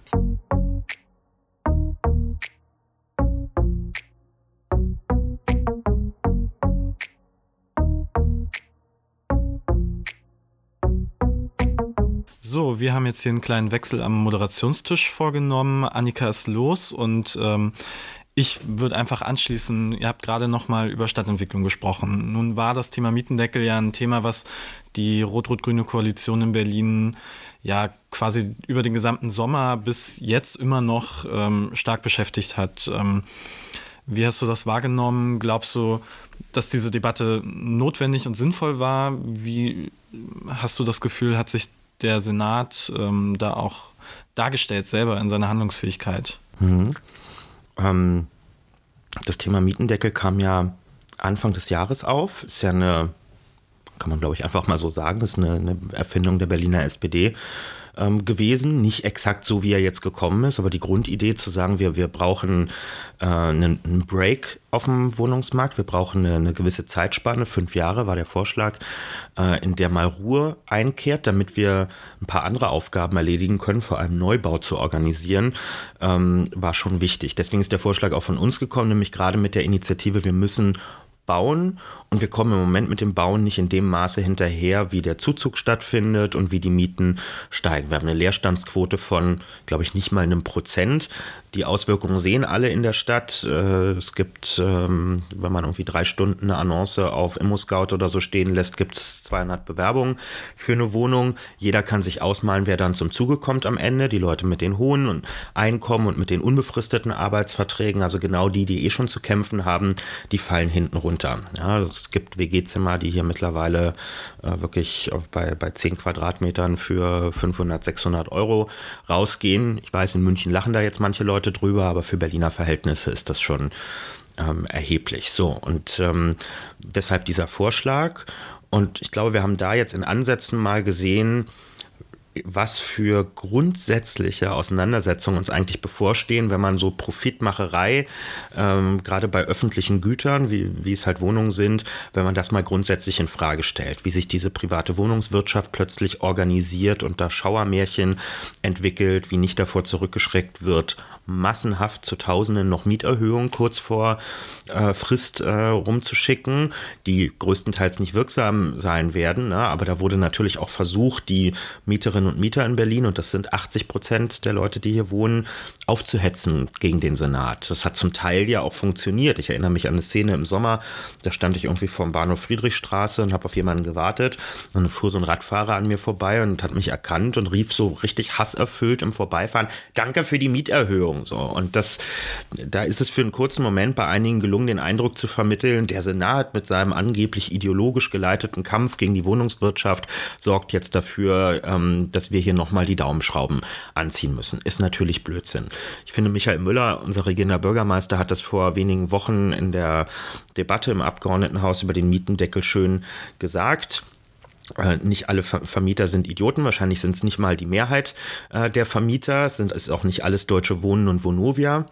So, wir haben jetzt hier einen kleinen Wechsel am Moderationstisch vorgenommen. Annika ist los und ich würde einfach anschließen, ihr habt gerade nochmal über Stadtentwicklung gesprochen. Nun war das Thema Mietendeckel ja ein Thema, was die rot-rot-grüne Koalition in Berlin ja quasi über den gesamten Sommer bis jetzt immer noch stark beschäftigt hat. Wie hast du das wahrgenommen? Glaubst du, dass diese Debatte notwendig und sinnvoll war? Wie hast du das Gefühl, hat sich der Senat da auch dargestellt, selber in seiner Handlungsfähigkeit? Das Thema Mietendeckel kam ja Anfang des Jahres auf. Ist ja eine, kann man glaube ich einfach mal so sagen, ist eine Erfindung der Berliner SPD gewesen. Nicht exakt so, wie er jetzt gekommen ist, aber die Grundidee zu sagen, wir brauchen einen Break auf dem Wohnungsmarkt, wir brauchen eine gewisse Zeitspanne, 5 Jahre war der Vorschlag, in der mal Ruhe einkehrt, damit wir ein paar andere Aufgaben erledigen können, vor allem Neubau zu organisieren, war schon wichtig. Deswegen ist der Vorschlag auch von uns gekommen, nämlich gerade mit der Initiative, wir müssen bauen und wir kommen im Moment mit dem Bauen nicht in dem Maße hinterher, wie der Zuzug stattfindet und wie die Mieten steigen. Wir haben eine Leerstandsquote von, glaube ich, nicht mal 1%. Die Auswirkungen sehen alle in der Stadt. Es gibt, wenn man irgendwie 3 Stunden eine Annonce auf ImmoScout oder so stehen lässt, gibt es 200 Bewerbungen für eine Wohnung. Jeder kann sich ausmalen, wer dann zum Zuge kommt am Ende. Die Leute mit den hohen Einkommen und mit den unbefristeten Arbeitsverträgen, also genau die eh schon zu kämpfen haben, die fallen hinten runter. runter. Ja, es gibt WG-Zimmer, die hier mittlerweile wirklich bei 10 Quadratmetern für 500, 600 Euro rausgehen. Ich weiß, in München lachen da jetzt manche Leute drüber, aber für Berliner Verhältnisse ist das schon erheblich. So, und deshalb dieser Vorschlag. Und ich glaube, wir haben da jetzt in Ansätzen mal gesehen, was für grundsätzliche Auseinandersetzungen uns eigentlich bevorstehen, wenn man so Profitmacherei, gerade bei öffentlichen Gütern, wie es halt Wohnungen sind, wenn man das mal grundsätzlich in Frage stellt, wie sich diese private Wohnungswirtschaft plötzlich organisiert und da Schauermärchen entwickelt, wie nicht davor zurückgeschreckt wird, massenhaft zu Tausenden noch Mieterhöhungen kurz vor Frist rumzuschicken, die größtenteils nicht wirksam sein werden, ne? Aber da wurde natürlich auch versucht, die Mieterinnen und Mieter in Berlin, und das sind 80% der Leute, die hier wohnen, aufzuhetzen gegen den Senat. Das hat zum Teil ja auch funktioniert. Ich erinnere mich an eine Szene im Sommer, da stand ich irgendwie vor dem Bahnhof Friedrichstraße und habe auf jemanden gewartet und dann fuhr so ein Radfahrer an mir vorbei und hat mich erkannt und rief so richtig hasserfüllt im Vorbeifahren: Danke für die Mieterhöhung. So. Und da ist es für einen kurzen Moment bei einigen gelungen, den Eindruck zu vermitteln, der Senat mit seinem angeblich ideologisch geleiteten Kampf gegen die Wohnungswirtschaft sorgt jetzt dafür, dass wir hier nochmal die Daumenschrauben anziehen müssen. Ist natürlich Blödsinn. Ich finde, Michael Müller, unser regierender Bürgermeister, hat das vor wenigen Wochen in der Debatte im Abgeordnetenhaus über den Mietendeckel schön gesagt. Nicht alle Vermieter sind Idioten, wahrscheinlich sind es nicht mal die Mehrheit der Vermieter, es ist auch nicht alles Deutsche Wohnen und Vonovia.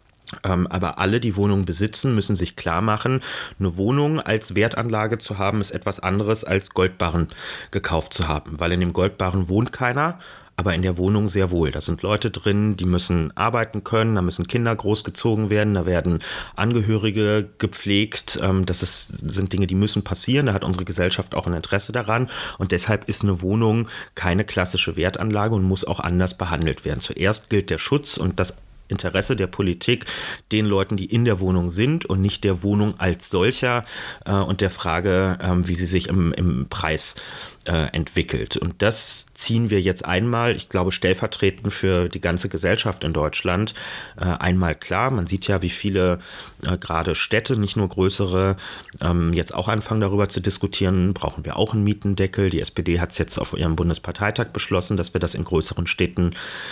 Aber alle, die Wohnungen besitzen, müssen sich klar machen, eine Wohnung als Wertanlage zu haben, ist etwas anderes als Goldbarren gekauft zu haben, weil in dem Goldbarren wohnt keiner, aber in der Wohnung sehr wohl. Da sind Leute drin, die müssen arbeiten können, da müssen Kinder großgezogen werden, da werden Angehörige gepflegt. Sind Dinge, die müssen passieren. Da hat unsere Gesellschaft auch ein Interesse daran. Und deshalb ist eine Wohnung keine klassische Wertanlage und muss auch anders behandelt werden. Zuerst gilt der Schutz und das Interesse der Politik den Leuten, die in der Wohnung sind und nicht der Wohnung als solcher und der Frage, wie sie sich im Preis entwickelt. Und das ziehen wir jetzt einmal, ich glaube stellvertretend für die ganze Gesellschaft in Deutschland, einmal klar. Man sieht ja, wie viele gerade Städte, nicht nur größere, jetzt auch anfangen darüber zu diskutieren, brauchen wir auch einen Mietendeckel. Die SPD hat es jetzt auf ihrem Bundesparteitag beschlossen, dass wir das in größeren Städten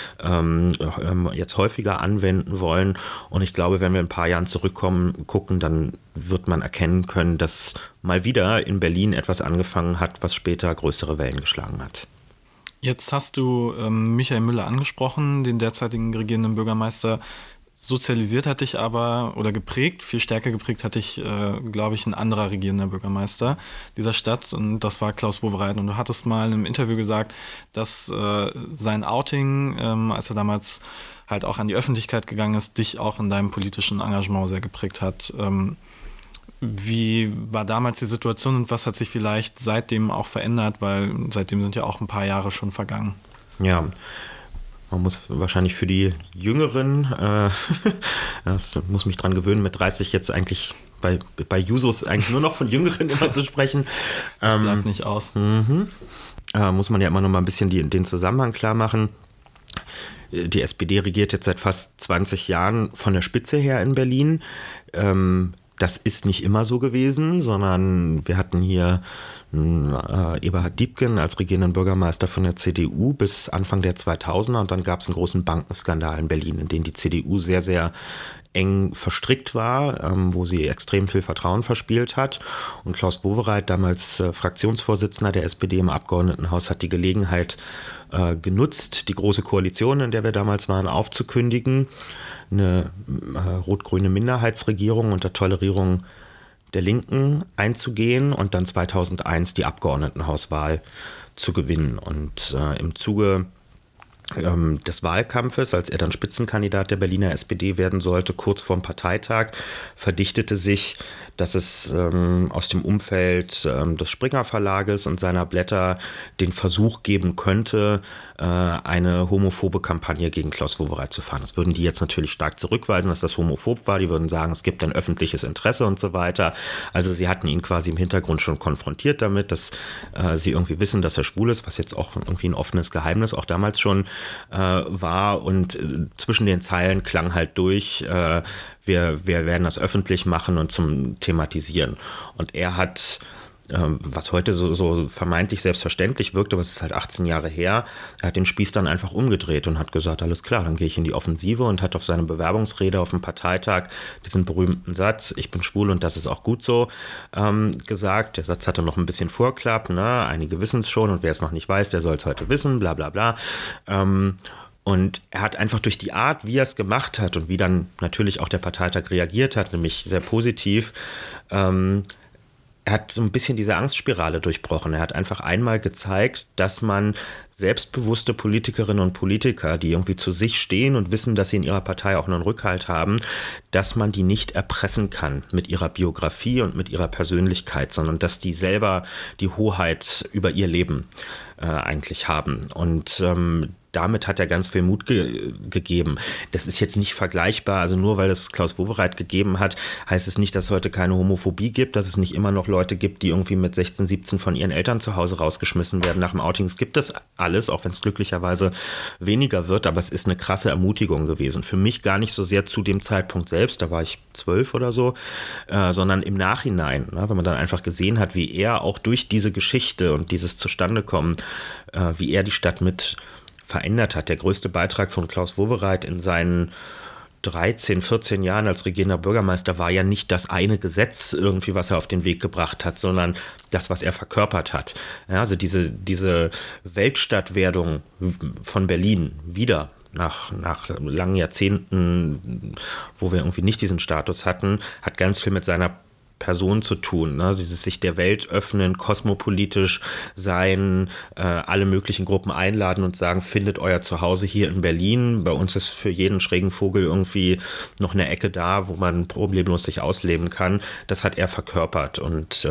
jetzt häufiger anwenden wollen. Und ich glaube, wenn wir in ein paar Jahren gucken, dann wird man erkennen können, dass mal wieder in Berlin etwas angefangen hat, was später größere Wellen geschlagen hat. Jetzt hast du Michael Müller angesprochen, den derzeitigen regierenden Bürgermeister. Sozialisiert hat dich aber, oder geprägt, viel stärker geprägt hat dich, glaube ich, ein anderer regierender Bürgermeister dieser Stadt, und das war Klaus Wowereit. Und du hattest mal in einem Interview gesagt, dass sein Outing, als er damals halt auch an die Öffentlichkeit gegangen ist, dich auch in deinem politischen Engagement sehr geprägt hat. Wie war damals die Situation und was hat sich vielleicht seitdem auch verändert, weil seitdem sind ja auch ein paar Jahre schon vergangen. Ja, man muss wahrscheinlich für die Jüngeren, das muss mich dran gewöhnen, mit 30 jetzt eigentlich bei Jusos eigentlich nur noch von Jüngeren immer zu sprechen. Das bleibt nicht aus. Muss man ja immer noch mal ein bisschen den Zusammenhang klar machen. Die SPD regiert jetzt seit fast 20 Jahren von der Spitze her in Berlin. Das ist nicht immer so gewesen, sondern wir hatten hier Eberhard Diepgen als regierenden Bürgermeister von der CDU bis Anfang der 2000er, und dann gab es einen großen Bankenskandal in Berlin, in den die CDU sehr, sehr eng verstrickt war, wo sie extrem viel Vertrauen verspielt hat. Und Klaus Wowereit, damals Fraktionsvorsitzender der SPD im Abgeordnetenhaus, hat die Gelegenheit genutzt, die große Koalition, in der wir damals waren, aufzukündigen, eine rot-grüne Minderheitsregierung unter Tolerierung der Linken einzugehen und dann 2001 die Abgeordnetenhauswahl zu gewinnen. Und im Zuge des Wahlkampfes, als er dann Spitzenkandidat der Berliner SPD werden sollte, kurz vorm Parteitag, verdichtete sich, dass es aus dem Umfeld des Springer Verlages und seiner Blätter den Versuch geben könnte, eine homophobe Kampagne gegen Klaus Wowereit zu fahren. Das würden die jetzt natürlich stark zurückweisen, dass das homophob war. Die würden sagen, es gibt ein öffentliches Interesse und so weiter. Also sie hatten ihn quasi im Hintergrund schon konfrontiert damit, dass sie irgendwie wissen, dass er schwul ist, was jetzt auch irgendwie ein offenes Geheimnis auch damals schon war und zwischen den Zeilen klang halt durch, wir werden das öffentlich machen und zum Thematisieren. Und er hat, was heute so vermeintlich selbstverständlich wirkt, aber es ist halt 18 Jahre her, er hat den Spieß dann einfach umgedreht und hat gesagt, alles klar, dann gehe ich in die Offensive, und hat auf seine Bewerbungsrede auf dem Parteitag diesen berühmten Satz, ich bin schwul und das ist auch gut so, gesagt. Der Satz hatte noch ein bisschen Vorklapp, ne? Einige wissen es schon und wer es noch nicht weiß, der soll es heute wissen, bla bla bla. Und er hat einfach durch die Art, wie er es gemacht hat und wie dann natürlich auch der Parteitag reagiert hat, nämlich sehr positiv, er hat so ein bisschen diese Angstspirale durchbrochen. Er hat einfach einmal gezeigt, dass man selbstbewusste Politikerinnen und Politiker, die irgendwie zu sich stehen und wissen, dass sie in ihrer Partei auch einen Rückhalt haben, dass man die nicht erpressen kann mit ihrer Biografie und mit ihrer Persönlichkeit, sondern dass die selber die Hoheit über ihr Leben eigentlich haben. Und damit hat er ganz viel Mut gegeben. Das ist jetzt nicht vergleichbar, also nur weil es Klaus Wowereit gegeben hat, heißt es nicht, dass es heute keine Homophobie gibt, dass es nicht immer noch Leute gibt, die irgendwie mit 16, 17 von ihren Eltern zu Hause rausgeschmissen werden nach dem Outing. Es gibt das alles, auch wenn es glücklicherweise weniger wird, aber es ist eine krasse Ermutigung gewesen. Für mich gar nicht so sehr zu dem Zeitpunkt selbst, da war ich 12 oder so, sondern im Nachhinein, ne, wenn man dann einfach gesehen hat, wie er auch durch diese Geschichte und dieses Zustandekommen, wie er die Stadt mit verändert hat. Der größte Beitrag von Klaus Wowereit in seinen 13, 14 Jahren als regierender Bürgermeister war ja nicht das eine Gesetz irgendwie, was er auf den Weg gebracht hat, sondern das, was er verkörpert hat. Ja, also diese Weltstadtwerdung von Berlin wieder nach langen Jahrzehnten, wo wir irgendwie nicht diesen Status hatten, hat ganz viel mit seiner Person zu tun, ne? Dieses sich der Welt öffnen, kosmopolitisch sein, alle möglichen Gruppen einladen und sagen, findet euer Zuhause hier in Berlin. Bei uns ist für jeden schrägen Vogel irgendwie noch eine Ecke da, wo man problemlos sich ausleben kann. Das hat er verkörpert und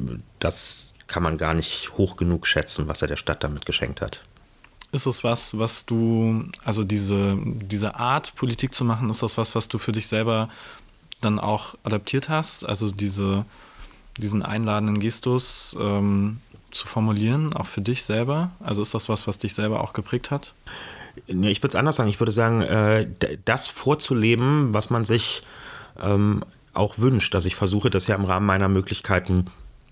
das kann man gar nicht hoch genug schätzen, was er der Stadt damit geschenkt hat. Ist das was du, also diese Art, Politik zu machen, ist das was du für dich selber dann auch adaptiert hast, also diesen einladenden Gestus zu formulieren, auch für dich selber? Also ist das was dich selber auch geprägt hat? Nee, ich würde es anders sagen. Ich würde sagen, das vorzuleben, was man sich auch wünscht. Also ich versuche das ja im Rahmen meiner Möglichkeiten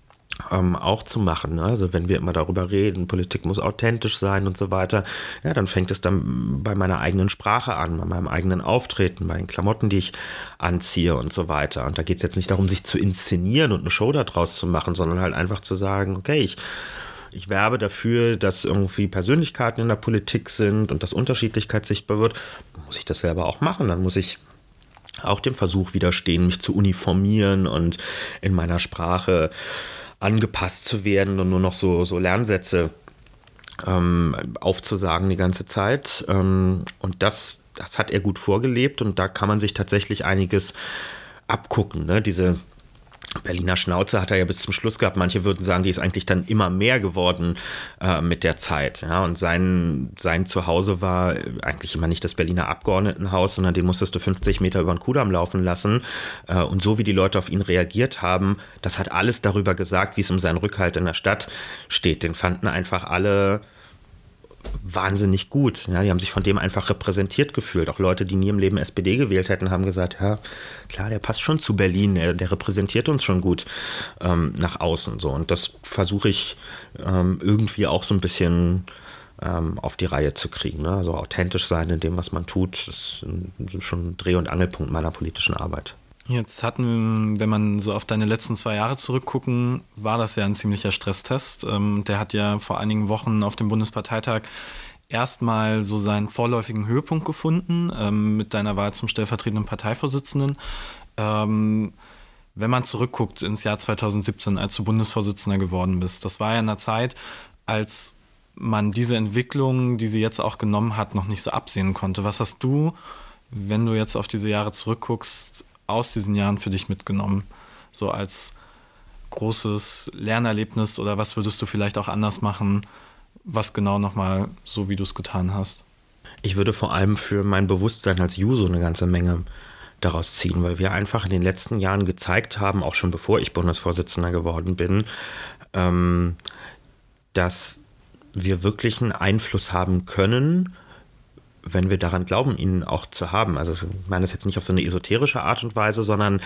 auch zu machen. Ne? Also wenn wir immer darüber reden, Politik muss authentisch sein und so weiter, ja, dann fängt es dann bei meiner eigenen Sprache an, bei meinem eigenen Auftreten, bei den Klamotten, die ich anziehe und so weiter. Und da geht es jetzt nicht darum, sich zu inszenieren und eine Show daraus zu machen, sondern halt einfach zu sagen, okay, ich werbe dafür, dass irgendwie Persönlichkeiten in der Politik sind und dass Unterschiedlichkeit sichtbar wird. Muss ich das selber auch machen, dann muss ich auch dem Versuch widerstehen, mich zu uniformieren und in meiner Sprache angepasst zu werden und nur noch so Lernsätze aufzusagen die ganze Zeit. Und das hat er gut vorgelebt und da kann man sich tatsächlich einiges abgucken. Ne? Diese Berliner Schnauze hat er ja bis zum Schluss gehabt. Manche würden sagen, die ist eigentlich dann immer mehr geworden mit der Zeit. Ja? Und sein Zuhause war eigentlich immer nicht das Berliner Abgeordnetenhaus, sondern den musstest du 50 Meter über den Kudamm laufen lassen. Und so wie die Leute auf ihn reagiert haben, das hat alles darüber gesagt, wie es um seinen Rückhalt in der Stadt steht. Den fanden einfach alle wahnsinnig gut. Ja, die haben sich von dem einfach repräsentiert gefühlt. Auch Leute, die nie im Leben SPD gewählt hätten, haben gesagt, ja, klar, der passt schon zu Berlin, der repräsentiert uns schon gut nach außen. So. Und das versuche ich irgendwie auch so ein bisschen auf die Reihe zu kriegen. Ne? Also authentisch sein in dem, was man tut, das ist schon ein Dreh- und Angelpunkt meiner politischen Arbeit. Jetzt hatten, wenn man so auf deine letzten 2 Jahre zurückgucken, war das ja ein ziemlicher Stresstest. Der hat ja vor einigen Wochen auf dem Bundesparteitag erstmal so seinen vorläufigen Höhepunkt gefunden mit deiner Wahl zum stellvertretenden Parteivorsitzenden. Wenn man zurückguckt ins Jahr 2017, als du Bundesvorsitzender geworden bist, das war ja in einer Zeit, als man diese Entwicklung, die sie jetzt auch genommen hat, noch nicht so absehen konnte. Was hast du, wenn du jetzt auf diese Jahre zurückguckst, aus diesen Jahren für dich mitgenommen? So als großes Lernerlebnis oder was würdest du vielleicht auch anders machen? Was genau nochmal so, wie du es getan hast? Ich würde vor allem für mein Bewusstsein als Juso eine ganze Menge daraus ziehen, weil wir einfach in den letzten Jahren gezeigt haben, auch schon bevor ich Bundesvorsitzender geworden bin, dass wir wirklich einen Einfluss haben können, wenn wir daran glauben, ihn auch zu haben. Also ich meine das jetzt nicht auf so eine esoterische Art und Weise, sondern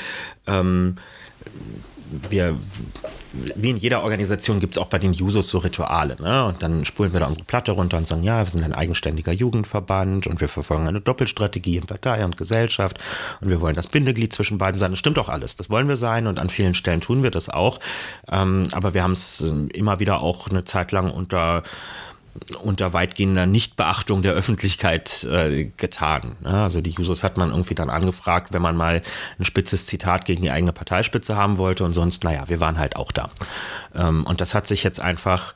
wie in jeder Organisation gibt es auch bei den Jusos so Rituale. Ne? Und dann spulen wir da unsere Platte runter und sagen, ja, wir sind ein eigenständiger Jugendverband und wir verfolgen eine Doppelstrategie in Partei und Gesellschaft und wir wollen das Bindeglied zwischen beiden sein. Das stimmt auch alles. Das wollen wir sein und an vielen Stellen tun wir das auch. Aber wir haben es immer wieder auch eine Zeit lang unter weitgehender Nichtbeachtung der Öffentlichkeit getan. Ja, also die Jusos hat man irgendwie dann angefragt, wenn man mal ein spitzes Zitat gegen die eigene Parteispitze haben wollte und sonst, naja, wir waren halt auch da. Und das hat sich jetzt einfach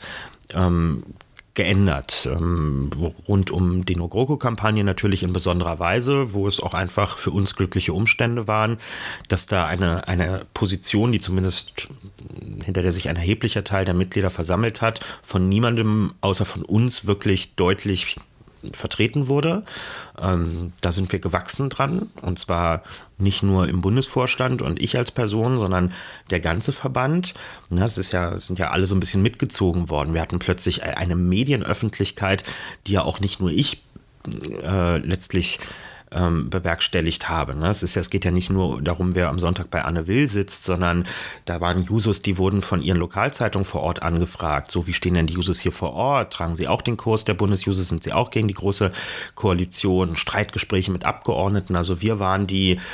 geändert. Rund um die No-GroKo-Kampagne natürlich in besonderer Weise, wo es auch einfach für uns glückliche Umstände waren, dass da eine Position, die zumindest hinter der sich ein erheblicher Teil der Mitglieder versammelt hat, von niemandem außer von uns wirklich deutlich vertreten wurde. Da sind wir gewachsen dran, und zwar nicht nur im Bundesvorstand und ich als Person, sondern der ganze Verband. Es sind ja alle so ein bisschen mitgezogen worden. Wir hatten plötzlich eine Medienöffentlichkeit, die ja auch nicht nur ich letztlich bewerkstelligt habe. Es geht ja nicht nur darum, wer am Sonntag bei Anne Will sitzt, sondern da waren Jusos, die wurden von ihren Lokalzeitungen vor Ort angefragt. So, wie stehen denn die Jusos hier vor Ort? Tragen sie auch den Kurs der Bundesjusos? Sind sie auch gegen die große Koalition? Streitgespräche mit Abgeordneten? Also wir waren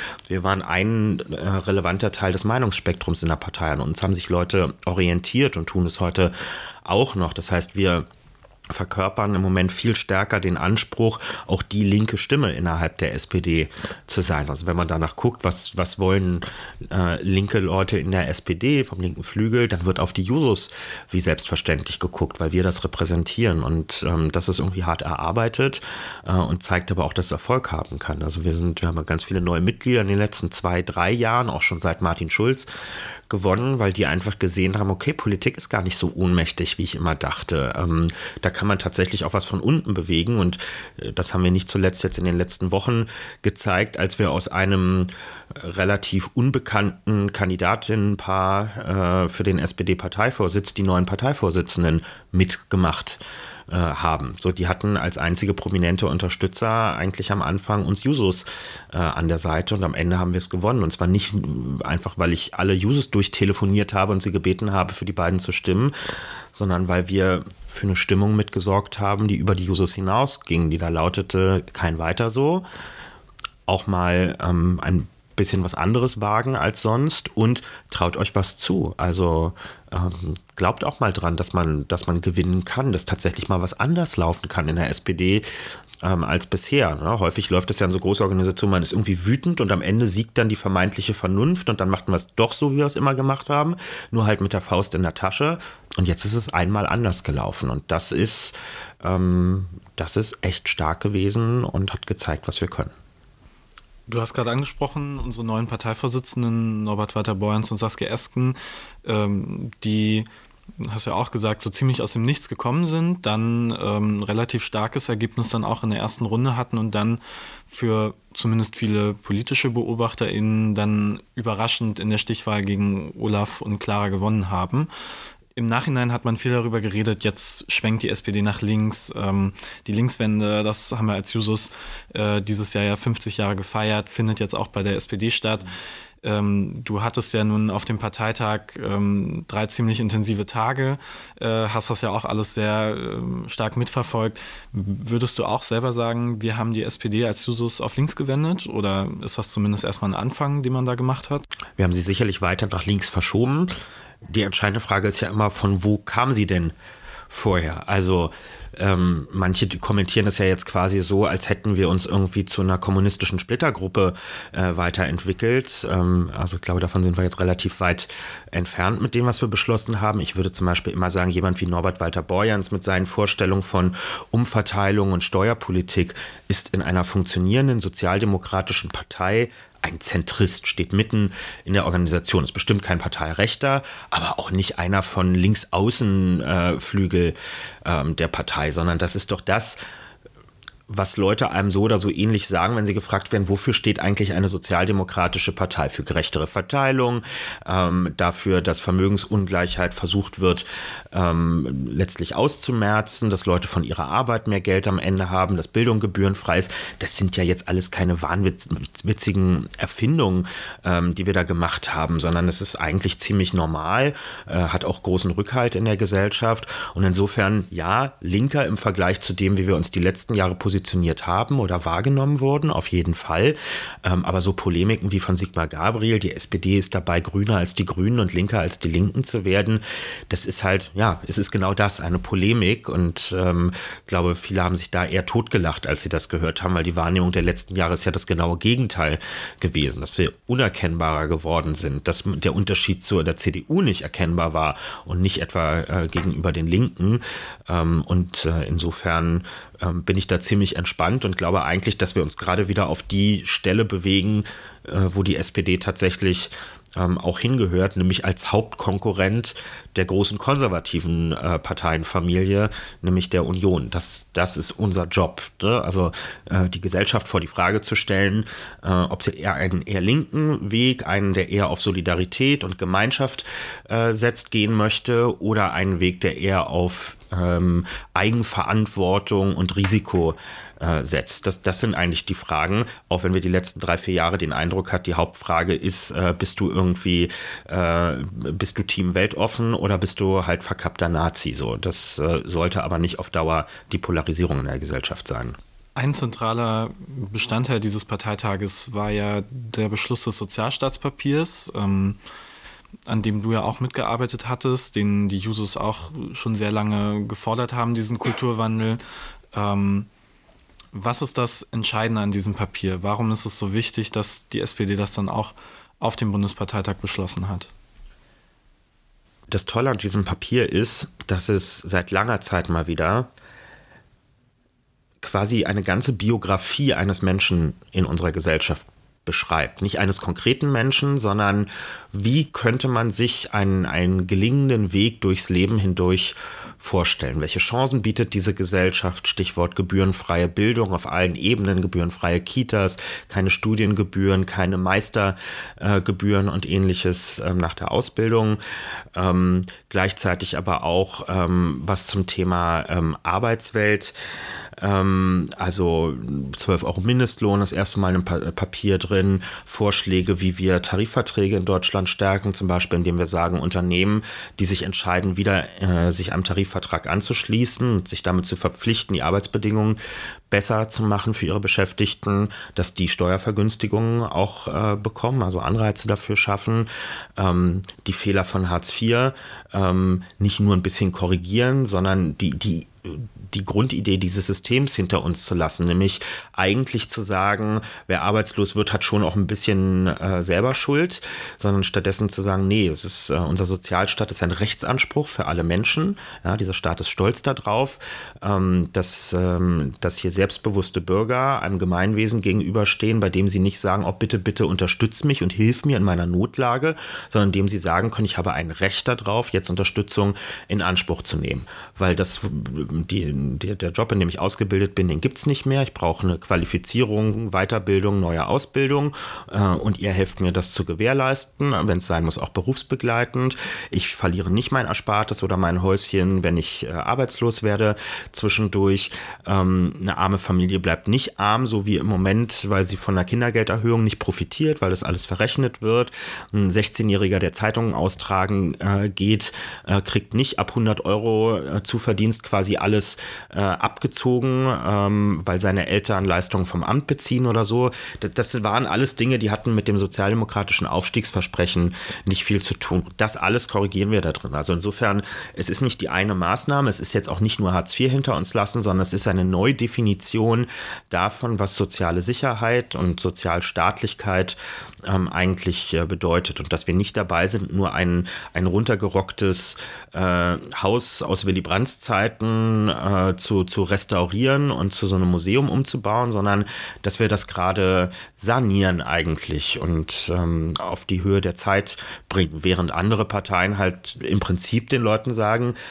ein relevanter Teil des Meinungsspektrums in der Partei. An uns haben sich Leute orientiert und tun es heute auch noch. Das heißt, wir verkörpern im Moment viel stärker den Anspruch, auch die linke Stimme innerhalb der SPD zu sein. Also wenn man danach guckt, was wollen linke Leute in der SPD vom linken Flügel, dann wird auf die Jusos wie selbstverständlich geguckt, weil wir das repräsentieren. Und das ist irgendwie hart erarbeitet und zeigt aber auch, dass es Erfolg haben kann. Also wir haben ganz viele neue Mitglieder in den letzten 2-3 Jahren, auch schon seit Martin Schulz, gewonnen, weil die einfach gesehen haben, okay, Politik ist gar nicht so ohnmächtig, wie ich immer dachte. Da kann man tatsächlich auch was von unten bewegen, und das haben wir nicht zuletzt jetzt in den letzten Wochen gezeigt, als wir aus einem relativ unbekannten Kandidatinnenpaar für den SPD-Parteivorsitz die neuen Parteivorsitzenden mitgemacht haben. So, die hatten als einzige prominente Unterstützer eigentlich am Anfang uns Jusos an der Seite, und am Ende haben wir es gewonnen. Und zwar nicht einfach, weil ich alle Jusos durchtelefoniert habe und sie gebeten habe, für die beiden zu stimmen, sondern weil wir für eine Stimmung mitgesorgt haben, die über die Jusos hinausging, die da lautete, kein weiter so, auch mal ein bisschen was anderes wagen als sonst und traut euch was zu. Also glaubt auch mal dran, dass man gewinnen kann, dass tatsächlich mal was anders laufen kann in der SPD als bisher. Ne? Häufig läuft es ja in so große Organisationen, man ist irgendwie wütend und am Ende siegt dann die vermeintliche Vernunft und dann macht man es doch so, wie wir es immer gemacht haben, nur halt mit der Faust in der Tasche. Und jetzt ist es einmal anders gelaufen, und das ist echt stark gewesen und hat gezeigt, was wir können. Du hast gerade angesprochen, unsere neuen Parteivorsitzenden Norbert Walter-Borjans und Saskia Esken, die, hast du ja auch gesagt, so ziemlich aus dem Nichts gekommen sind, dann relativ starkes Ergebnis dann auch in der ersten Runde hatten und dann für zumindest viele politische BeobachterInnen dann überraschend in der Stichwahl gegen Olaf und Clara gewonnen haben. Im Nachhinein hat man viel darüber geredet, jetzt schwenkt die SPD nach links, die Linkswende, das haben wir als Jusos dieses Jahr ja 50 Jahre gefeiert, findet jetzt auch bei der SPD statt. Du hattest ja nun auf dem Parteitag 3 ziemlich intensive Tage, hast das ja auch alles sehr stark mitverfolgt. Würdest du auch selber sagen, wir haben die SPD als Jusos auf links gewendet, oder ist das zumindest erstmal ein Anfang, den man da gemacht hat? Wir haben sie sicherlich weiter nach links verschoben. Die entscheidende Frage ist ja immer, von wo kam sie denn vorher? Also manche kommentieren das ja jetzt quasi so, als hätten wir uns irgendwie zu einer kommunistischen Splittergruppe weiterentwickelt. Also ich glaube, davon sind wir jetzt relativ weit entfernt mit dem, was wir beschlossen haben. Ich würde zum Beispiel immer sagen, jemand wie Norbert Walter-Borjans mit seinen Vorstellungen von Umverteilung und Steuerpolitik ist in einer funktionierenden sozialdemokratischen Partei ein Zentrist, steht mitten in der Organisation, ist bestimmt kein Parteirechter, aber auch nicht einer von Linksaußenflügel der Partei, sondern das ist doch das, was Leute einem so oder so ähnlich sagen, wenn sie gefragt werden, wofür steht eigentlich eine sozialdemokratische Partei? Für gerechtere Verteilung, dafür, dass Vermögensungleichheit versucht wird, letztlich auszumerzen, dass Leute von ihrer Arbeit mehr Geld am Ende haben, dass Bildung gebührenfrei ist. Das sind ja jetzt alles keine wahnwitzigen Erfindungen, die wir da gemacht haben, sondern es ist eigentlich ziemlich normal, hat auch großen Rückhalt in der Gesellschaft und insofern, ja, linker im Vergleich zu dem, wie wir uns die letzten Jahre positioniert haben oder wahrgenommen wurden, auf jeden Fall. Aber so Polemiken wie von Sigmar Gabriel, die SPD ist dabei, grüner als die Grünen und linker als die Linken zu werden, das ist halt, ja, es ist genau das, eine Polemik und ich glaube, viele haben sich da eher totgelacht, als sie das gehört haben, weil die Wahrnehmung der letzten Jahre ist ja das genaue Gegenteil gewesen, dass wir unerkennbarer geworden sind, dass der Unterschied zur der CDU nicht erkennbar war und nicht etwa gegenüber den Linken und insofern bin ich da ziemlich entspannt und glaube eigentlich, dass wir uns gerade wieder auf die Stelle bewegen, wo die SPD tatsächlich auch hingehört, nämlich als Hauptkonkurrent der großen konservativen Parteienfamilie, nämlich der Union. Das ist unser Job. Ne? Also die Gesellschaft vor die Frage zu stellen, ob sie eher einen eher linken Weg, einen, der eher auf Solidarität und Gemeinschaft setzt, gehen möchte oder einen Weg, der eher auf Eigenverantwortung und Risiko setzt. Das sind eigentlich die Fragen, auch wenn wir die letzten 3-4 Jahre den Eindruck hatten, die Hauptfrage ist, bist du Team weltoffen oder bist du halt verkappter Nazi? So, das sollte aber nicht auf Dauer die Polarisierung in der Gesellschaft sein. Ein zentraler Bestandteil dieses Parteitages war ja der Beschluss des Sozialstaatspapiers, an dem du ja auch mitgearbeitet hattest, den die Jusos auch schon sehr lange gefordert haben, diesen Kulturwandel. Was ist das Entscheidende an diesem Papier? Warum ist es so wichtig, dass die SPD das dann auch auf dem Bundesparteitag beschlossen hat? Das Tolle an diesem Papier ist, dass es seit langer Zeit mal wieder quasi eine ganze Biografie eines Menschen in unserer Gesellschaft beschreibt. Nicht eines konkreten Menschen, sondern wie könnte man sich einen gelingenden Weg durchs Leben hindurch vorstellen? Welche Chancen bietet diese Gesellschaft? Stichwort gebührenfreie Bildung auf allen Ebenen, gebührenfreie Kitas, keine Studiengebühren, keine Meistergebühren und ähnliches nach der Ausbildung. Gleichzeitig aber auch was zum Thema Arbeitswelt. Also 12 Euro Mindestlohn, das erste Mal im Papier drin, Vorschläge, wie wir Tarifverträge in Deutschland stärken, zum Beispiel indem wir sagen, Unternehmen, die sich entscheiden, wieder sich einem Tarifvertrag anzuschließen und sich damit zu verpflichten, die Arbeitsbedingungen besser zu machen für ihre Beschäftigten, dass die Steuervergünstigungen auch bekommen, also Anreize dafür schaffen, die Fehler von Hartz IV nicht nur ein bisschen korrigieren, sondern die Grundidee dieses Systems hinter uns zu lassen, nämlich eigentlich zu sagen, wer arbeitslos wird, hat schon auch ein bisschen selber Schuld, sondern stattdessen zu sagen, nee, es ist unser Sozialstaat ist ein Rechtsanspruch für alle Menschen. Ja, dieser Staat ist stolz darauf, dass hier selbstbewusste Bürger einem Gemeinwesen gegenüberstehen, bei dem sie nicht sagen, oh bitte, bitte unterstütz mich und hilf mir in meiner Notlage, sondern dem sie sagen können, ich habe ein Recht darauf, jetzt Unterstützung in Anspruch zu nehmen. Weil der Job, in dem ich ausgebildet bin, den gibt es nicht mehr. Ich brauche eine Qualifizierung, Weiterbildung, neue Ausbildung und ihr helft mir, das zu gewährleisten, wenn es sein muss, auch berufsbegleitend. Ich verliere nicht mein Erspartes oder mein Häuschen, wenn ich arbeitslos werde zwischendurch. Eine arme Familie bleibt nicht arm, so wie im Moment, weil sie von der Kindergelderhöhung nicht profitiert, weil das alles verrechnet wird. Ein 16-Jähriger, der Zeitungen austragen geht, kriegt nicht ab 100 Euro Zuverdienst quasi alles abgezogen, weil seine Eltern Leistungen vom Amt beziehen oder so. Das waren alles Dinge, die hatten mit dem sozialdemokratischen Aufstiegsversprechen nicht viel zu tun. Das alles korrigieren wir da drin. Also insofern, es ist nicht die eine Maßnahme, es ist jetzt auch nicht nur Hartz IV hinter uns lassen, sondern es ist eine Neudefinition davon, was soziale Sicherheit und Sozialstaatlichkeit eigentlich bedeutet und dass wir nicht dabei sind, nur ein runtergerocktes Haus aus Willy Brandts Zeiten zu restaurieren und zu so einem Museum umzubauen, sondern dass wir das gerade sanieren eigentlich und auf die Höhe der Zeit bringen, während andere Parteien halt im Prinzip den Leuten sagen,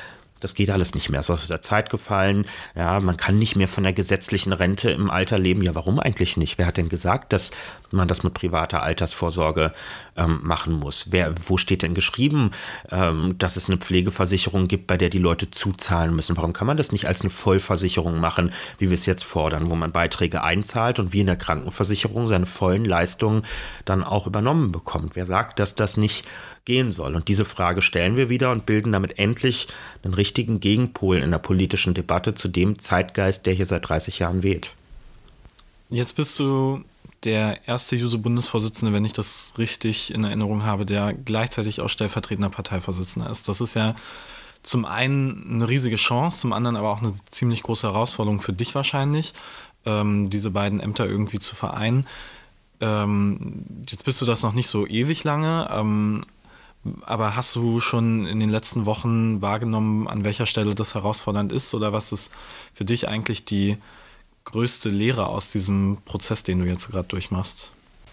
das geht alles nicht mehr, es ist aus der Zeit gefallen, ja, man kann nicht mehr von der gesetzlichen Rente im Alter leben. Ja, warum eigentlich nicht? Wer hat denn gesagt, dass man das mit privater Altersvorsorge machen muss? Wo steht denn geschrieben, dass es eine Pflegeversicherung gibt, bei der die Leute zuzahlen müssen? Warum kann man das nicht als eine Vollversicherung machen, wie wir es jetzt fordern, wo man Beiträge einzahlt und wie in der Krankenversicherung seine vollen Leistungen dann auch übernommen bekommt? Wer sagt, dass das nicht gehen soll? Und diese Frage stellen wir wieder und bilden damit endlich einen richtigen Gegenpol in der politischen Debatte zu dem Zeitgeist, der hier seit 30 Jahren weht. Jetzt bist du der erste Juso-Bundesvorsitzende, wenn ich das richtig in Erinnerung habe, der gleichzeitig auch stellvertretender Parteivorsitzender ist. Das ist ja zum einen eine riesige Chance, zum anderen aber auch eine ziemlich große Herausforderung für dich wahrscheinlich, diese beiden Ämter irgendwie zu vereinen. Jetzt bist du das noch nicht so ewig lange, aber hast du schon in den letzten Wochen wahrgenommen, an welcher Stelle das herausfordernd ist oder was ist für dich eigentlich die größte Lehre aus diesem Prozess, den du jetzt gerade durchmachst?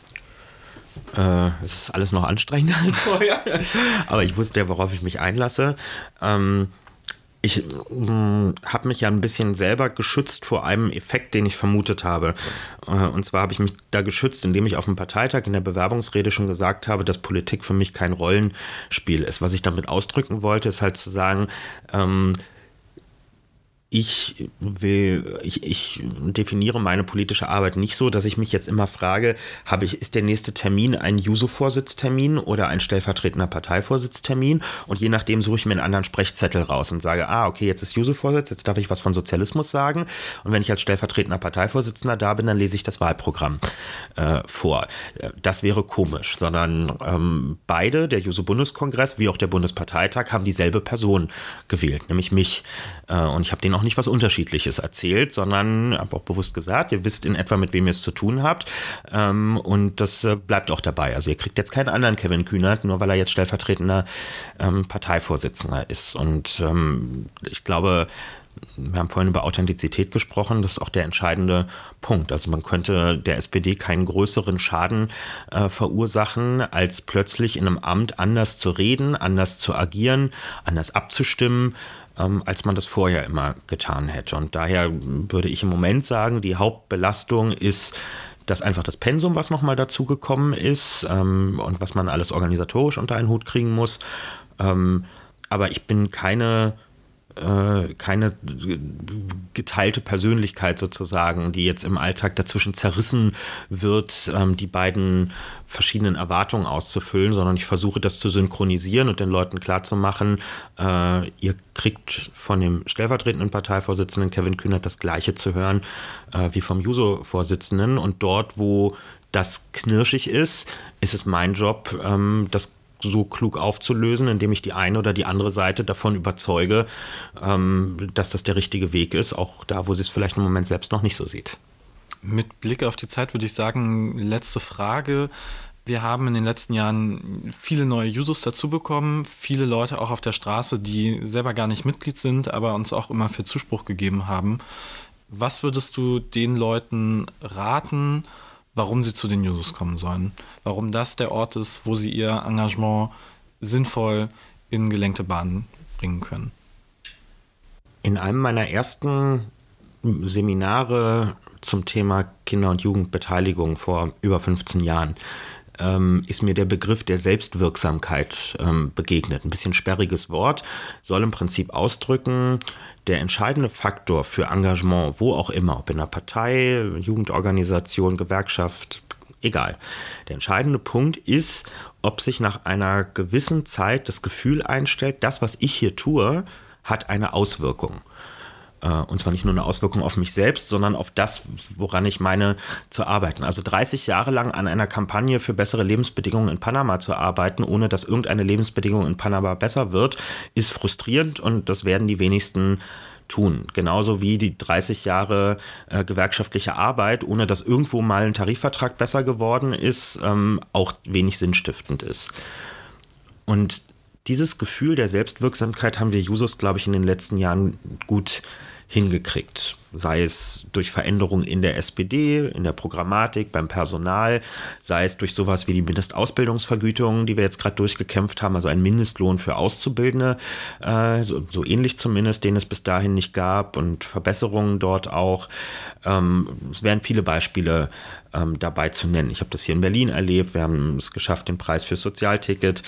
Es ist alles noch anstrengender als vorher, aber ich wusste ja, worauf ich mich einlasse. Ich habe mich ja ein bisschen selber geschützt vor einem Effekt, den ich vermutet habe. Und zwar habe ich mich da geschützt, indem ich auf dem Parteitag in der Bewerbungsrede schon gesagt habe, dass Politik für mich kein Rollenspiel ist. Was ich damit ausdrücken wollte, ist halt zu sagen, ich definiere meine politische Arbeit nicht so, dass ich mich jetzt immer frage, ist der nächste Termin ein Juso-Vorsitztermin oder ein stellvertretender Parteivorsitztermin? Und je nachdem suche ich mir einen anderen Sprechzettel raus und sage, okay, jetzt ist Juso-Vorsitz, jetzt darf ich was von Sozialismus sagen. Und wenn ich als stellvertretender Parteivorsitzender da bin, dann lese ich das Wahlprogramm vor. Das wäre komisch, sondern beide, der Juso-Bundeskongress wie auch der Bundesparteitag, haben dieselbe Person gewählt, nämlich mich. Und ich habe denen auch nicht was Unterschiedliches erzählt, sondern habe auch bewusst gesagt, ihr wisst in etwa, mit wem ihr es zu tun habt, und das bleibt auch dabei. Also ihr kriegt jetzt keinen anderen Kevin Kühnert, nur weil er jetzt stellvertretender Parteivorsitzender ist. Und ich glaube, wir haben vorhin über Authentizität gesprochen, das ist auch der entscheidende Punkt. Also man könnte der SPD keinen größeren Schaden verursachen, als plötzlich in einem Amt anders zu reden, anders zu agieren, anders abzustimmen, als man das vorher immer getan hätte. Und daher würde ich im Moment sagen, die Hauptbelastung ist, dass einfach das Pensum, was nochmal dazugekommen ist, und was man alles organisatorisch unter einen Hut kriegen muss. Aber ich bin keine geteilte Persönlichkeit sozusagen, die jetzt im Alltag dazwischen zerrissen wird, die beiden verschiedenen Erwartungen auszufüllen, sondern ich versuche das zu synchronisieren und den Leuten klarzumachen, ihr kriegt von dem stellvertretenden Parteivorsitzenden Kevin Kühnert das Gleiche zu hören wie vom Juso-Vorsitzenden, und dort, wo das knirschig ist es mein Job, das so klug aufzulösen, indem ich die eine oder die andere Seite davon überzeuge, dass das der richtige Weg ist, auch da, wo sie es vielleicht im Moment selbst noch nicht so sieht. Mit Blick auf die Zeit würde ich sagen, letzte Frage. Wir haben in den letzten Jahren viele neue Jusos dazu bekommen, viele Leute auch auf der Straße, die selber gar nicht Mitglied sind, aber uns auch immer viel Zuspruch gegeben haben. Was würdest du den Leuten raten, warum sie zu den Jusos kommen sollen? Warum das der Ort ist, wo sie ihr Engagement sinnvoll in gelenkte Bahnen bringen können? In einem meiner ersten Seminare zum Thema Kinder- und Jugendbeteiligung vor über 15 Jahren ist mir der Begriff der Selbstwirksamkeit begegnet. Ein bisschen sperriges Wort, soll im Prinzip ausdrücken, der entscheidende Faktor für Engagement, wo auch immer, ob in einer Partei, Jugendorganisation, Gewerkschaft, egal. Der entscheidende Punkt ist, ob sich nach einer gewissen Zeit das Gefühl einstellt, das, was ich hier tue, hat eine Auswirkung. Und zwar nicht nur eine Auswirkung auf mich selbst, sondern auf das, woran ich meine zu arbeiten. Also 30 Jahre lang an einer Kampagne für bessere Lebensbedingungen in Panama zu arbeiten, ohne dass irgendeine Lebensbedingung in Panama besser wird, ist frustrierend, und das werden die wenigsten tun. Genauso wie die 30 Jahre gewerkschaftliche Arbeit, ohne dass irgendwo mal ein Tarifvertrag besser geworden ist, auch wenig sinnstiftend ist. Und dieses Gefühl der Selbstwirksamkeit haben wir Jusos, glaube ich, in den letzten Jahren gut hingekriegt. Sei es durch Veränderungen in der SPD, in der Programmatik, beim Personal, sei es durch sowas wie die Mindestausbildungsvergütung, die wir jetzt gerade durchgekämpft haben, also ein Mindestlohn für Auszubildende, so ähnlich zumindest, den es bis dahin nicht gab, und Verbesserungen dort auch. Es wären viele Beispiele dabei zu nennen. Ich habe das hier in Berlin erlebt. Wir haben es geschafft, den Preis für Sozialticket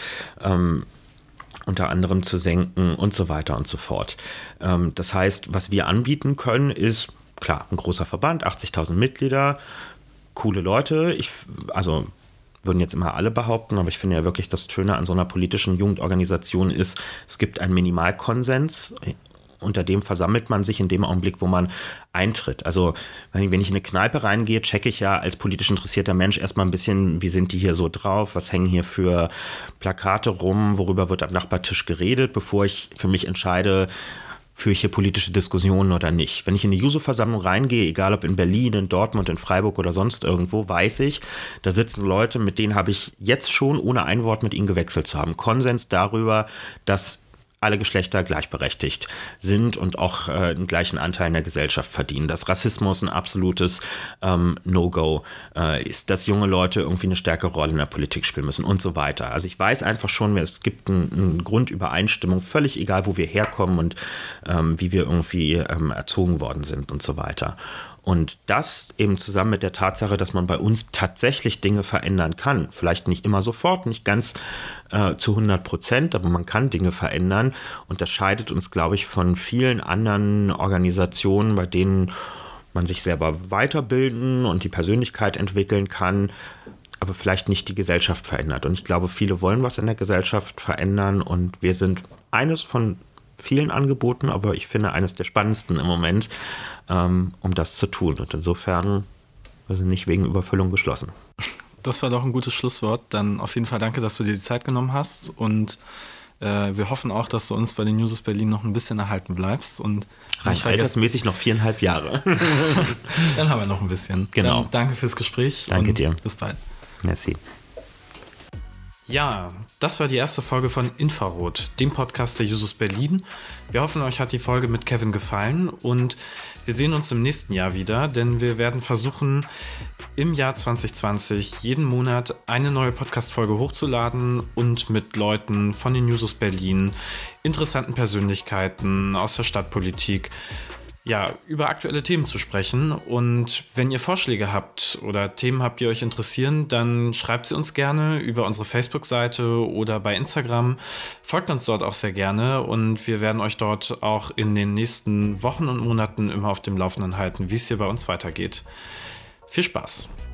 unter anderem zu senken und so weiter und so fort. Das heißt, was wir anbieten können, ist, klar, ein großer Verband, 80.000 Mitglieder, coole Leute. Würden jetzt immer alle behaupten, aber ich finde ja wirklich, das Schöne an so einer politischen Jugendorganisation ist, es gibt einen Minimalkonsens, unter dem versammelt man sich in dem Augenblick, wo man eintritt. Also wenn ich in eine Kneipe reingehe, checke ich ja als politisch interessierter Mensch erstmal ein bisschen, wie sind die hier so drauf, was hängen hier für Plakate rum, worüber wird am Nachbartisch geredet, bevor ich für mich entscheide, führe ich hier politische Diskussionen oder nicht. Wenn ich in eine Juso-Versammlung reingehe, egal ob in Berlin, in Dortmund, in Freiburg oder sonst irgendwo, weiß ich, da sitzen Leute, mit denen habe ich jetzt schon, ohne ein Wort mit ihnen gewechselt zu haben, Konsens darüber, dass alle Geschlechter gleichberechtigt sind und auch einen gleichen Anteil in der Gesellschaft verdienen. Dass Rassismus ein absolutes No-Go ist, dass junge Leute irgendwie eine stärkere Rolle in der Politik spielen müssen und so weiter. Also ich weiß einfach schon, es gibt eine Grundübereinstimmung, völlig egal, wo wir herkommen und wie wir irgendwie erzogen worden sind und so weiter. Und das eben zusammen mit der Tatsache, dass man bei uns tatsächlich Dinge verändern kann. Vielleicht nicht immer sofort, nicht ganz zu 100%, aber man kann Dinge verändern. Unterscheidet uns, glaube ich, von vielen anderen Organisationen, bei denen man sich selber weiterbilden und die Persönlichkeit entwickeln kann, aber vielleicht nicht die Gesellschaft verändert. Und ich glaube, viele wollen was in der Gesellschaft verändern und wir sind eines von vielen Angeboten, aber ich finde eines der spannendsten im Moment, um das zu tun. Und insofern, wir sind nicht wegen Überfüllung geschlossen. Das war doch ein gutes Schlusswort. Dann auf jeden Fall danke, dass du dir die Zeit genommen hast, und wir hoffen auch, dass du uns bei den Jusos Berlin noch ein bisschen erhalten bleibst. Und rein altersmäßig noch 4,5 Jahre. Dann haben wir noch ein bisschen. Genau. Dann danke fürs Gespräch. Danke dir. Bis bald. Merci. Ja, das war die erste Folge von Infrarot, dem Podcast der Jusos Berlin. Wir hoffen, euch hat die Folge mit Kevin gefallen, und wir sehen uns im nächsten Jahr wieder, denn wir werden versuchen, im Jahr 2020 jeden Monat eine neue Podcast-Folge hochzuladen und mit Leuten von den Jusos Berlin, interessanten Persönlichkeiten aus der Stadtpolitik, über aktuelle Themen zu sprechen. Und wenn ihr Vorschläge habt oder Themen habt, die euch interessieren, dann schreibt sie uns gerne über unsere Facebook-Seite oder bei Instagram. Folgt uns dort auch sehr gerne, und wir werden euch dort auch in den nächsten Wochen und Monaten immer auf dem Laufenden halten, wie es hier bei uns weitergeht. Viel Spaß!